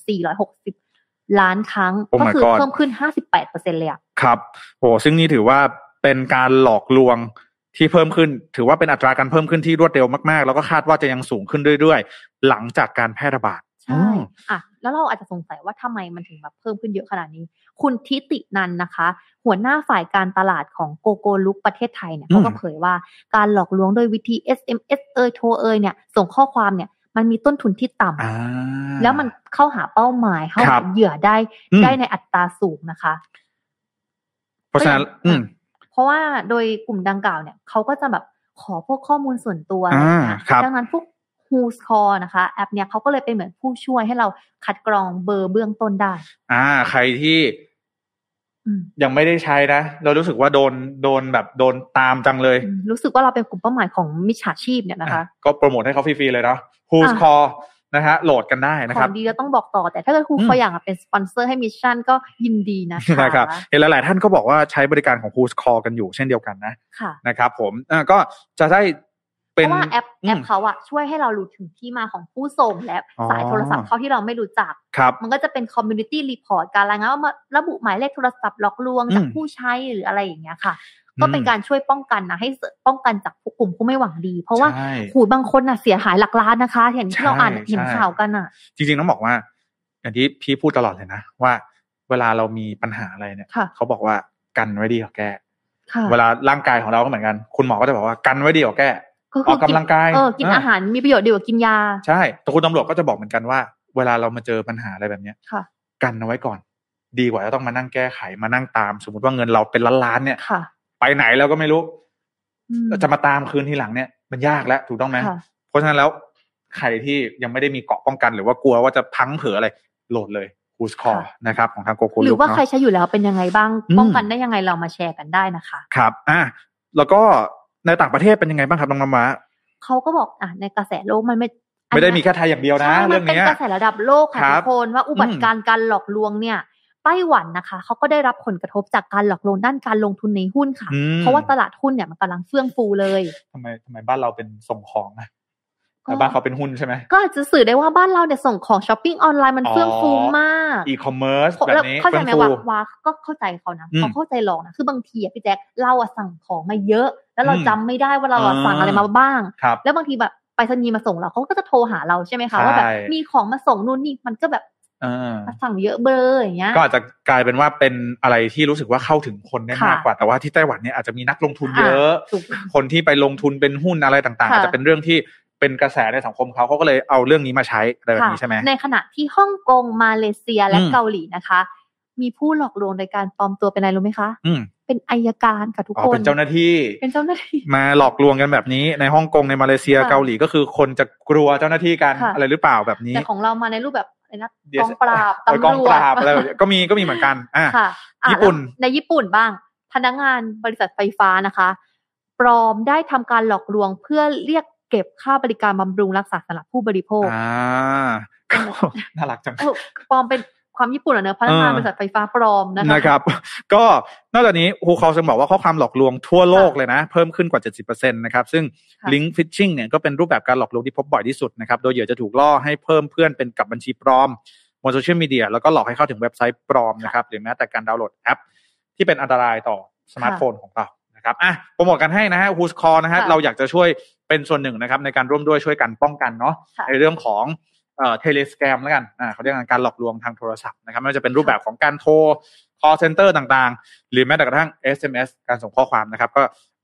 460 ล้านครั้งก็คือเพิ่มขึ้น 58% เลยอ่ะครับโอ้ซึ่งนี่ถือว่าเป็นการหลอกลวงที่เพิ่มขึ้นถือว่าเป็นอัตราการเพิ่มขึ้นที่รวดเร็วมากๆแล้วก็คาดว่าจะยังสูงขึ้นเรื่อยๆหลังจากการแพร่ระบาดใช่แล้วเราอาจจะสงสัยว่าทำไมมันถึงแบบเพิ่มขึ้นเยอะขนาดนี้คุณทิตินันนะคะหัวหน้าฝ่ายการตลาดของ GoGoLook ประเทศไทยเนี่ยเขาก็เผยว่าการหลอกลวงโดยวิธี SMS โทรเนี่ยส่งข้อความเนี่ยมันมีต้นทุนที่ต่ำแล้วมันเข้าหาเป้าหมายเข้าหาเหยื่อได้ในอัตราสูงนะคะเพราะฉะนั้นเพราะว่าโดยกลุ่มดังกล่าวเนี่ยเขาก็จะแบบขอพวกข้อมูลส่วนตัวนะดังนั้นพวก Who's Call นะคะแอปเนี่ยเขาก็เลยเป็นเหมือนผู้ช่วยให้เราคัดกรองเบอร์เบื้องต้นได้ใครที่ยังไม่ได้ใช้นะเรารู้สึกว่าโดนแบบโดนตามจังเลยรู้สึกว่าเราเป็นกลุ่มเป้าหมายของมิจฉาชีพเนี่ยนะคะก็โปรโมทให้เขาฟรีๆเลยเนาะ Who's Call นะฮะโหลดกันได้นะครับของดีเราต้องบอกต่อแต่ถ้าเกิดคุณเขาอยากเป็นสปอนเซอร์ให้มิชชั่นก็ยินดีนะครับเห็นหลายๆท่านก็บอกว่าใช้บริการของ Who's Call กันอยู่เช่นเดียวกันนะครับผมก็จะได้เพราะว่าแอปเขาอะช่วยให้เรารู้ถึงที่มาของผู้ส่งและสายโทรศัพท์เขาที่เราไม่รู้จักมันก็จะเป็น community report การรายงานว่าระบุหมายเลขโทรศัพท์หลอกลวงจากผู้ใช้หรืออะไรอย่างเงี้ยค่ะก็เป็นการช่วยป้องกันนะให้ป้องกันจากกลุ่มผู้ไม่หวังดีเพราะว่าบางคนน่ะเสียหายหลักล้านนะคะเห็นที่เราอ่านเห็นข่าวกันอ่ะจริงๆต้องบอกว่าอย่างที่พี่พูดตลอดเลยนะว่าเวลาเรามีปัญหาอะไรเนี่ยเขาบอกว่ากันไว้ดีกว่าแก้เวลาร่างกายของเราก็เหมือนกันคุณหมอก็จะบอกว่ากันไว้ดีกว่าแก้ออกกำลังกายกินอาหารมีประโยชน์ดีกว่ากินยาใช่แต่คุณตำรวจก็จะบอกเหมือนกันว่าเวลาเรามาเจอปัญหาอะไรแบบนี้กันเอาไว้ก่อนดีกว่าจะต้องมานั่งแก้ไขมานั่งตามสมมติว่าเงินเราเป็นล้านๆเนี่ยไปไหนแล้วก็ไม่รู้จะมาตามคืนทีหลังเนี่ยมันยากแล้วถูกต้องไหมเพราะฉะนั้นแล้วใครที่ยังไม่ได้มีเกราะป้องกันหรือว่ากลัวว่าจะพังเผลออะไรโหลดเลย Who's Call นะครับของทาง GoGoLook หรือว่าใครใช้อยู่แล้วเป็นยังไงบ้างป้องกันได้ยังไงเรามาแชร์กันได้นะคะครับแล้วก็ในต่างประเทศเป็นยังไงบ้างครับน้องน้ำม้าเขาก็บอกในกระแสโลกมันไม่ได้มีแค่ไทยอย่างเดียวนะเรื่องนี้เป็นกระแสระดับโลกค่ะทุกคนว่าอุบัติการหลอกลวงเนี่ยไต้หวันนะคะเขาก็ได้รับผลกระทบจากการหลอกลวงด้านการลงทุนในหุ้นค่ะเพราะว่าตลาดหุ้นเนี่ยมันกำลังเฟื่องฟูเลยทำไมบ้านเราเป็นส่งของนะแต่บ้านเขาเป็นหุ้นใช่ไหมก็อาจจะสื่อได้ว่าบ้านเราเนี่ยส่งของช้อปปิ้งออนไลน์มันเฟื่องฟูมากอีคอมเมิร์ซแบบนี้เข้าใจไหมว่าก็เข้าใจเขานะเขาเข้าใจหลอกนะคือบางทีพี่แจ๊คเราสั่งของมาเยอะแล้วเราจำไม่ได้ว่าเราสั่งอะไรมาบ้างแล้วบางทีแบบไปรษณีย์มาส่งเราเขาก็จะโทรหาเราใช่ไหมคะว่าแบบมีของมาส่งนู่นนี่มันก็แบบสั่งเยอะเบอร์อย่างเงี้ยก็อาจจะกลายเป็นว่าเป็นอะไรที่รู้สึกว่าเข้าถึงคนได้มากกว่าแต่ว่าที่ไต้หวันเนี่ยอาจจะมีนักลงทุนเยอะคนที่ไปลงทุนเป็นหุ้นอะไรต่างๆอาจจะเป็นเรื่องที่เป็นกระแสในสังคมเขาก็เลยเอาเรื่องนี้มาใช้อะไรแบบนี้ใช่ไหมในขณะที่ฮ่องกงมาเลเซียและเกาหลีนะคะมีผู้หลอกลวงโดยการปลอมตัวเป็นอะไรรู้ไหมคะเป็นอัยการค่ะทุกคนเป็นเจ้าหน้าที่มาหลอกลวงกันแบบนี้ในฮ่องกงในมาเลเซียเกาหลีก็คือคนจะกลัวเจ้าหน้าที่กันอะไรหรือเปล่าแบบนี้แต่ของเรามาในรูปแบบอะไรนะกองปราบตำรวจกองปราบอะไรก็มีเหมือนกันญี่ปุ่นในญี่ปุ่นบ้างพนักงานบริษัทไฟฟ้านะคะปลอมได้ทำการหลอกลวงเพื่อเรียกเก็บค่าบริการบำรุงรักษาสำหรับผู้บริโภคน่ารักจังปลอมเป็นความญี่ปุ่นเนอะพนักงานบริษัทไฟฟ้าปลอมนะครับก็นอกจากนี้ฮูคอลจะบอกว่าข้อความหลอกลวงทั่วโลกเลยนะเพิ่มขึ้นกว่า 70% นะครับซึ่ง Link Phishing เนี่ยก็เป็นรูปแบบการหลอกลวงที่พบบ่อยที่สุดนะครับโดยเหยื่อจะถูกล่อให้เพิ่มเพื่อนเป็นกับบัญชีปลอมบนโซเชียลมีเดียแล้วก็หลอกให้เข้าถึงเว็บไซต์ปลอมนะครับหรือแม้แต่การดาวน์โหลดแอปที่เป็นอันตรายต่อสมาร์ทโฟนของเรานะครับโปรโมทกันให้นะฮะ Who's Call นะฮะเราอยากจะช่วยเป็นส่วนหนึ่งนะครับในการร่วมด้วยช่วยกันป้องกันเนาะในเรื่องของเทเลสแกมแล้วกันเขาเรียกการหลอกลวงทางโทรศัพท์นะครับไม่ว่าจะเป็นรูปแบบของการโทร call center ต่างๆหรือแม้แต่กระทั่ง SMS การส่งข้อความนะครับก็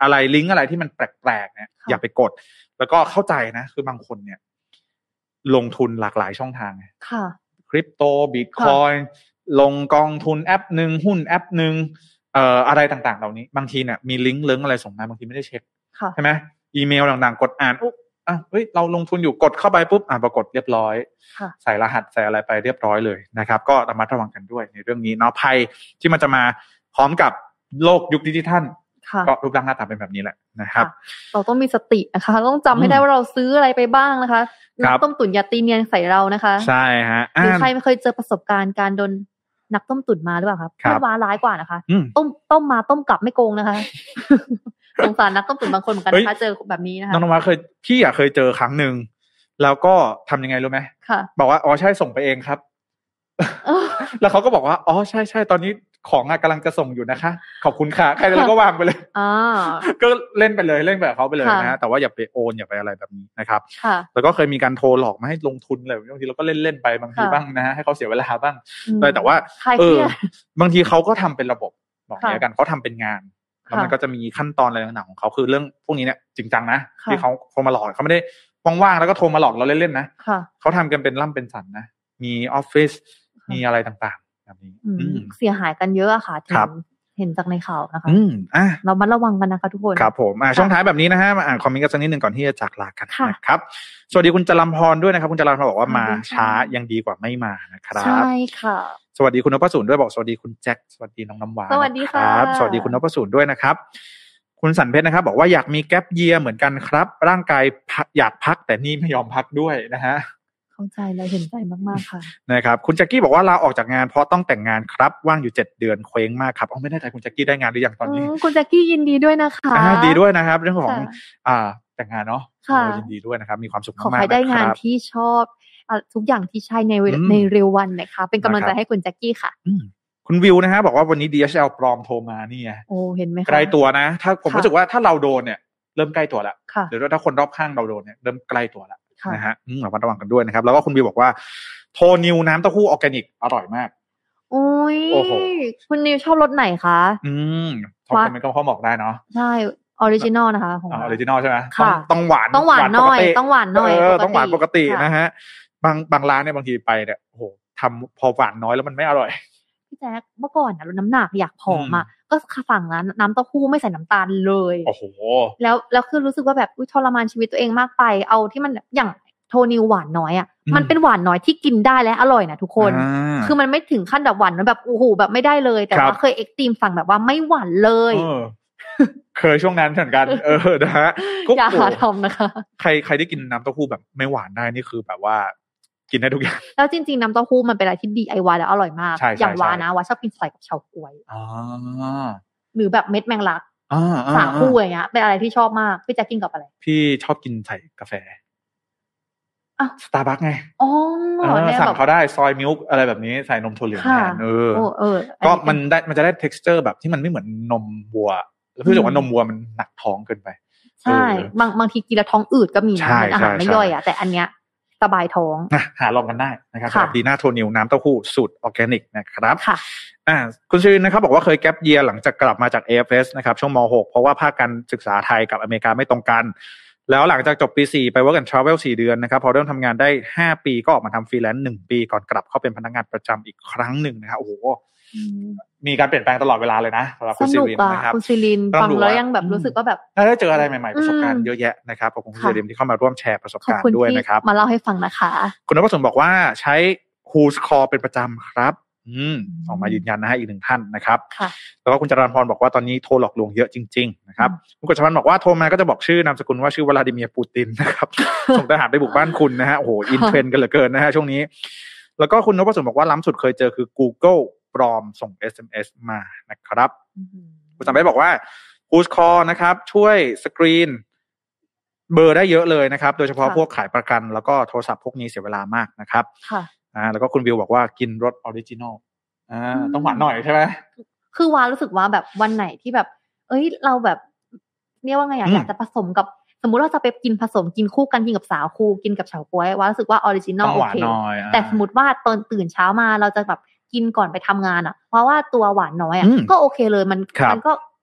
อะไรลิงก์อะไรที่มันแปลกๆเนี่ยอย่าไปกดแล้วก็เข้าใจนะคือบางคนเนี่ยลงทุนหลากหลายช่องทางค่ะคริปโตบิตคอยน์ลงกองทุนแอปนึงหุ้นแอปนึงอะไรต่างๆเหล่านี้บางทีเนี่ยมีลิงก์อะไรส่งมาบางทีไม่ได้เช็คใช่ไหมอีเมลต่างๆกดอ่านเฮ้ยเราลงทุนอยู่กดเข้าไปปุ๊บปรากฏเรียบร้อยใส่รหัสใส่อะไรไปเรียบร้อยเลยนะครับก็ระมัดระวังกันด้วยในเรื่องนี้เนาะภัยที่มันจะมาพร้อมกับโลกยุคดิจิทัลก็รูปร่างหน้าตาเป็นแบบนี้แหละนะครับเราต้องมีสตินะคะต้องจำให้ได้ว่าเราซื้ออะไรไปบ้างนะคะนักต้มตุ๋นอย่าตีเนียนใส่เรานะคะใช่ฮะหรือใครไม่เคยเจอประสบการณ์การโดนนักต้มตุ๋นมาหรือเปล่าครับไม่ว่าร้ายกว่านะคะต้มมาต้มกลับไม่โกงนะคะสงสารนักต้มตุ๋นบางคนเหมือนกันนะคะเจอแบบนี้นะคะน้องๆพี่เคยเจอครั้งนึงแล้วก็ทำยังไงรู้ไหมบอกว่าอ๋อใช่ส่งไปเองครับแล้วเขาก็บอกว่าอ๋อใช่ตอนนี้ของกำลังจะส่งอยู่นะคะขอบคุณค่ะใครแล้วก็วางไปเลยก็เล่นไปเลยเล่นแบบเขาไปเลยนะฮะแต่ว่าอย่าไปโอนอย่าไปอะไรแบบนี้นะครับแล้วก็เคยมีการโทรหลอกมาให้ลงทุนอะไรบางทีเราก็เล่นไปบางทีบ้างนะฮะให้เขาเสียเวลาบ้างแต่ว่าบางทีเขาก็ทำเป็นระบบบอกอย่างกันเขาทำเป็นงานแล้วมันก็จะมีขั้นตอนอะไรต่างๆของเขาคือเรื่องพวกนี้เนี่ยจริงจังนะที่เขาโทรมาหลอกเขาไม่ได้ว่างๆแล้วก็โทรมาหลอกเราเล่นๆนะเขาทำกันเป็นล่ำเป็นสันนะมีออฟฟิศมีอะไรต่างๆแบบนี้เสียหายกันเยอะอะค่ะเห็นจากในข่าวนะคะเรามาระวังกันนะคะทุกคนครับผมช่วงท้ายแบบนี้นะฮะมาอ่านคอมเมนต์กันสักนิดนึงก่อนที่จะจากลากันนะครับสวัสดีคุณจรัมพรด้วยนะครับคุณจรัมพรบอกว่ามาช้ายังดีกว่าไม่มานะครับใช่ค่ะสวัสดีคุณนพสูรด้วยบอกสวัสดีคุณแจ็คสวัสดีน้องน้ำหวานสวัสดีค่ะสวัสดีคุณนพสูรด้วยนะครับคุณสันเพชรนะครับบอกว่าอยากมีแก๊ปเยียร์เหมือนกันครับร่างกายอยากพักแต่นี่ไม่ยอมพักด้วยนะฮะเข้าใจและเห็นใจมากๆค่ะนะครับคุณแจ็คกี้บอกว่าลาออกจากงานเพราะต้องแต่งงานครับว่างอยู่7เดือนเคว้งมากครับไม่แน่ใจคุณแจ็คกี้ได้งานหรือยังตอนนี้คุณแจ็คกี้ยินดีด้วยนะคะดีด้วยนะครับเรื่องของแต่งงานเนาะยินดีด้วยนะครับมีความสุขมากๆขอให้ได้งานที่ชอบทุกอย่างที่ใช่ในเร็ววันนะคะเป็นกำลังใจให้คุณแจ็คกี้ค่ะคุณวิวนะฮะบอกว่าวันนี้ DHL ปลอมโทรมานี่ไงโอ้เห็นไหมคะใกล้ตัวนะถ้าผมรู้สึกว่าถ้าเราโดนเนี่ยเริ่มใกล้ตัวแล้วหรือว่าถ้าคนรอบข้างเราโดนเนี่ยเริ่มใกล้ตัวแล้วนะฮะระมัดระวังกันด้วยนะครับแล้วก็คุณวิวบอกว่าโทนิวน้ำเต้าหู้ออร์แกนิกอร่อยมากโอ้โหคุณนิวชอบรสไหนคะชอบมันก็พอบอกได้เนาะใช่ออริจินอลนะคะของออริจินอลใช่ไหมต้องหวานหน่อยต้องหวานหน่อยต้องหวานปกตินะฮะบางร้านเนี่ยบางทีไปเนี่ยโอ้โหทำพอหวานน้อยแล้วมันไม่อร่อยพี่แจ๊คเมื่อก่อนลดน้ำหนักอยากผอมก็ฝั่งนั้นน้ำเต้าหู้ไม่ใส่น้ำตาลเลยโอ้โหแล้วคือรู้สึกว่าแบบทรมานชีวิตตัวเองมากไปเอาที่มันอย่างโทนิวหวานน้อยมันเป็นหวานน้อยที่กินได้และอร่อยนะทุกคนคือมันไม่ถึงขั้นแบบหวานแบบโอ้โหแบบไม่ได้เลยแต่ว่าเคยเอ็กซ์ตรีมสั่งแบบว่าไม่หวานเลยเคยช่วงนั้นเหมือนกันนะฮะอย่าหาทำนะคะใครได้กินน้ำเต้าหู้แบบไม่หวานได้นี่คือแบบว่ากินได้ทุกอย่างแล้วจริงๆน้ำเต้าหู้มันเป็นอะไรที่ DIY แล้วอร่อยมากอย่างวานะว่าชอบกินใส่กับเฉาก๊วยหรือแบบเม็ดแมงลักสาคูอย่างเงี้ยเป็นอะไรที่ชอบมากพี่จะกินกับอะไรพี่ชอบกินใส่กาแฟสตาร์บัคไงสั่งเขาได้ซอยมิลค์อะไรแบบนี้ใส่นมถั่วเหลืองแทนก็มันจะได้ texture แบบที่มันไม่เหมือนนมวัวแล้วพี่รู้สึกว่านมวัวมันหนักท้องเกินไปใช่บางทีกินแล้วท้องอืดก็มีนะอาหารไม่ย่อยแต่อันเนี้ยสบายท้องหาลองกันได้นะครับดีน่าโทนิวน้ำเต้าหู้สูตรออร์แกนิกนะครับคุณชรินนะครับบอกว่าเคยแก๊ปเยียร์หลังจากกลับมาจาก AFS นะครับช่วงม.6 เพราะว่าภาคการศึกษาไทยกับอเมริกาไม่ตรงกันแล้วหลังจากจบปี4ไป Work and Travel 4 เดือนนะครับพอเริ่มทำงานได้5ปีก็ออกมาทำฟรีแลนซ์1ปีก่อนกลับเข้าเป็นพนักงานประจำอีกครั้งหนึ่งนะครับโอ้โหมีการเปลี่ยนแปลงตลอดเวลาเลยนะสำหรับคุณศิรินนะครับคุณศิรินฟังแล้วยังแบบรู้สึกว่าแบบได้เจออะไรใหม่ๆประสบการณ์เยอะแยะนะครับขอบคุณคุณศิรินที่เข้ามาร่วมแชร์ประสบการณ์ด้วยนะครับมาเล่าให้ฟังนะคะคุณนพสมบอกว่าใช้ Who's Call เป็นประจำครับออกมายืนยันนะฮะอีกหนึ่งท่านนะครับแล้วก็คุณจรัญพรบอกว่าตอนนี้โทรหลอกลวงเยอะจริงๆนะครับคุณกฤษพันธ์บอกว่าโทรมาก็จะบอกชื่อนามสกุลว่าชื่อวลาดิเมียร์ปูตินนะครับส่งทหารไปบุกบ้านคุณนะฮะโอ้โหอินเทรนด์กันเหลือเกินนะฮะช่วงนี้แล้วก็คุณนพสมบอกว่าล้ำสุดเคยเจอคือ Google ปลอมส่ง SMS มานะครับคุณสัมภาระบอกว่า Who's Call นะครับช่วยสกรีนเบอร์ได้เยอะเลยนะครับโดยเฉพาะพวกขายประกันแล้วก็โทรศัพท์พวกนี้เสียเวลามากนะครับแล้วก็คุณวิวบอกว่ากินรสออริจินอลต้องหวานหน่อยใช่ไหมคือวารู้สึกว่าแบบวันไหนที่แบบเราแบบเรียกว่าไงอยากจะผสมกับสมมุติว่าจะไปกินผสมกินคู่กันกินกับสาคูกินกับเฉาก๊วยวารู้สึกว่าออริจินอลโอเคแต่สมมติว่าตอนตื่นเช้ามาเราจะแบบกินก่อนไปทำงานเพราะว่าตัวหวานน้อยก็โอเคเลยมันก็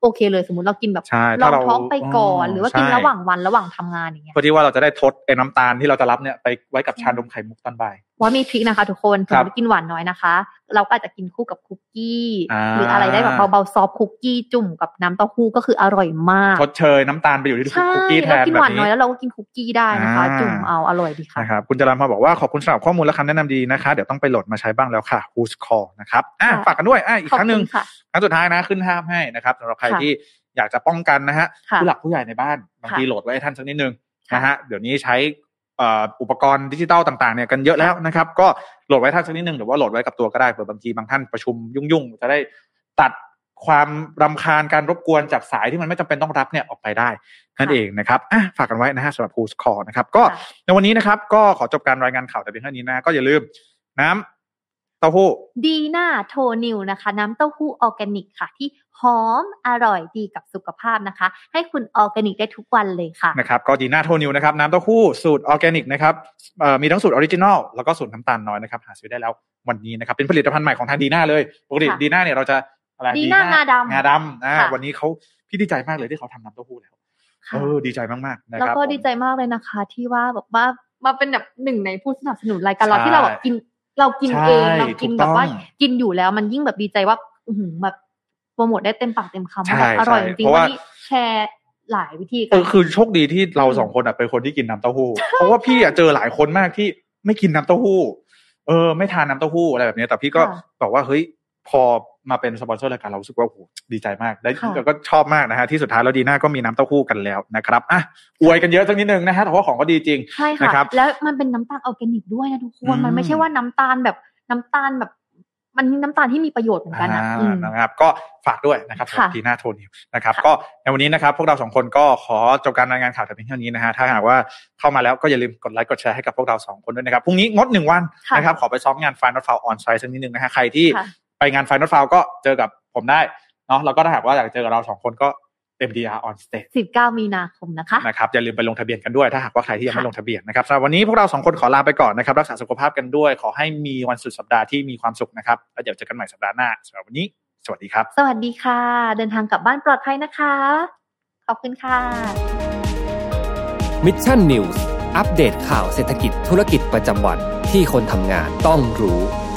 โอเคเลยสมมุติเรากินแบบรองท้องไปก่อนหรือว่ากินระหว่างวันระหว่างทำงานอย่างเงี้ยพอที่ว่าเราจะได้ทดน้ำตาลที่เราจะรับเนี่ยไปไว้กับชานมไข่มุกตอนบ่ายว่ามีทริคนะคะทุกคนสมมติกินหวานน้อยนะคะเราก็อาจจะกินคู่กับคุกกี้หรืออะไรได้แบบเบาๆซอฟคุกกี้จุ่มกับน้ำเต้าหู้ก็คืออร่อยมากชดเชยน้ำตาลไปอยู่ที่คุกกี้แทนแบบนี้กินหวานน้อยแล้วเราก็กินคุกกี้ได้นะคะจุ่มเอาอร่อยดีค่ะนะครับคุณจรัญพรบอกว่าขอบคุณสำหรับข้อมูลและคำแนะนำดีนะคะเดี๋ยวต้องไปโหลดมาใช้บ้างแล้วค่ะ Who's Call นะครับฝากกันด้วยอีกครั้งนึงครั้งสุดท้ายนะขึ้นภาพให้นะครับสำหรับใครที่อยากจะป้องกันนะฮะผู้หลักผู้ใหญ่ในบ้านบางทีโหลดไว้ให้ท่านสักนิดนึงนะฮะเดี๋ยวนี้ใช้อุปกรณ์ดิจิทัลต่างๆเนี่ยกันเยอะแล้วนะครับก็โหลดไว้ท่านสักนิดนึงหรือว่าโหลดไว้กับตัวก็ได้เผื่อบางทีบางท่านประชุมยุ่งๆจะได้ตัดความรำคาญการรบกวนจากสายที่มันไม่จำเป็นต้องรับเนี่ยออกไปได้นั่นเองนะครับฝากกันไว้นะฮะสำหรับ Who's Call นะครับก็ในวันนี้นะครับก็ขอจบการรายงานข่าวแต่เพียงเท่านี้นะก็อย่าลืมน้ำเต้าหู้ดีน่าโทนิวนะคะน้ำเต้าหู้ออร์แกนิกค่ะที่หอมอร่อยดีกับสุขภาพนะคะให้คุณออร์แกนิกได้ทุกวันเลยค่ะนะครับก็ดีน่าโทนิวนะครับน้ำเต้าหู้สูตรออร์แกนิกนะครับมีทั้งสูตรออริจินอลแล้วก็สูตรน้ำตาลน้อยนะครับหาซื้อได้แล้ววันนี้นะครับเป็นผลิตภัณฑ์ใหม่ของทางดีน่าเลยปกติดีน่าเนี่ยเราจะอะไรดีน่างาดำวันนี้เขาพี่ดีใจมากเลยที่เขาทำน้ำเต้าหู้แล้วดีใจมากๆนะครับแล้วก็ดีใจมากเลยนะคะที่ว่าแบบว่ามาเป็นแบบหนึ่งในผู้สนับสนุนรายการเราที่เราแบบกินเรากินเองเรากินแบบว่ากินอยู่แล้วมันยิ่งแบบดีใจว่าแบบโปรโมทได้เต็มปากเต็มคำว่าอร่อยจริงวันนี้แชร์หลายวิธีกันคือโชคดีที่เราสองคนเป็นคนที่กินน้ำเต้าหู้เพราะว่าพี่เจอหลายคนมากที่ไม่กินน้ำเต้าหู้ไม่ทานน้ำเต้าหู้อะไรแบบนี้แต่พี่ก็บอกว่าเฮ้ยพอมาเป็นสปอนเซอร์รายการเรารู้สึกว่าโอ้โหดีใจมากได้แล้วก็ชอบมากนะฮะที่สุดท้ายแล้วดีน่าก็มีน้ำเต้าหู้กันแล้วนะครับอวยกันเยอะสักนิดนึงนะฮะแต่ว่าของก็ดีจริงใช่ค่ะแล้วมันเป็นน้ำตาลออร์แกนิกด้วยนะทุกคนมันไม่ใช่ว่าน้ำตาลแบบมันน้ำตาลที่มีประโยชน์เหมือนกันนะครับก็ฝากด้วยนะครับดีน่าโทนิวนะครับก็ในวันนี้นะครับพวกเราสองคนก็ขอจบการรายงานข่าวแต่เพียงเท่านี้นะฮะถ้าหากว่าเข้ามาแล้วก็อย่าลืมกดไลค์กดแชร์ให้กับพวกเราสองคนด้วยนะครับพรุ่งนี้งด1วันนะครับขอไปซ้อมงาน Final Foul On Site สักนิดนึงนะฮะใครที่ไปงาน Final Foul ก็เจอกับผมได้เนาะแล้วก็ถ้าหากว่าอยากเจอกับเราสองคนก็ MDR on stage 19 มีนาคมนะคะนะครับอย่าลืมไปลงทะเบียนกันด้วยถ้าหากว่าใครที่ยังไม่ลงทะเบียนนะครับสำหรับวันนี้พวกเรา2คนขอลาไปก่อนนะครับรักษาสุขภาพกันด้วยขอให้มีวันสุดสัปดาห์ที่มีความสุขนะครับแล้วเดี๋ยวเจอกันใหม่สัปดาห์หน้าสำหรับวันนี้สวัสดีครับสวัสดีค่ะเดินทางกลับบ้านปลอดภัยนะคะขอบคุณค่ะ Mission News อัปเดตข่าวเศรษฐกิจธุรกิจประจำวันที่คนทำงานต้องรู้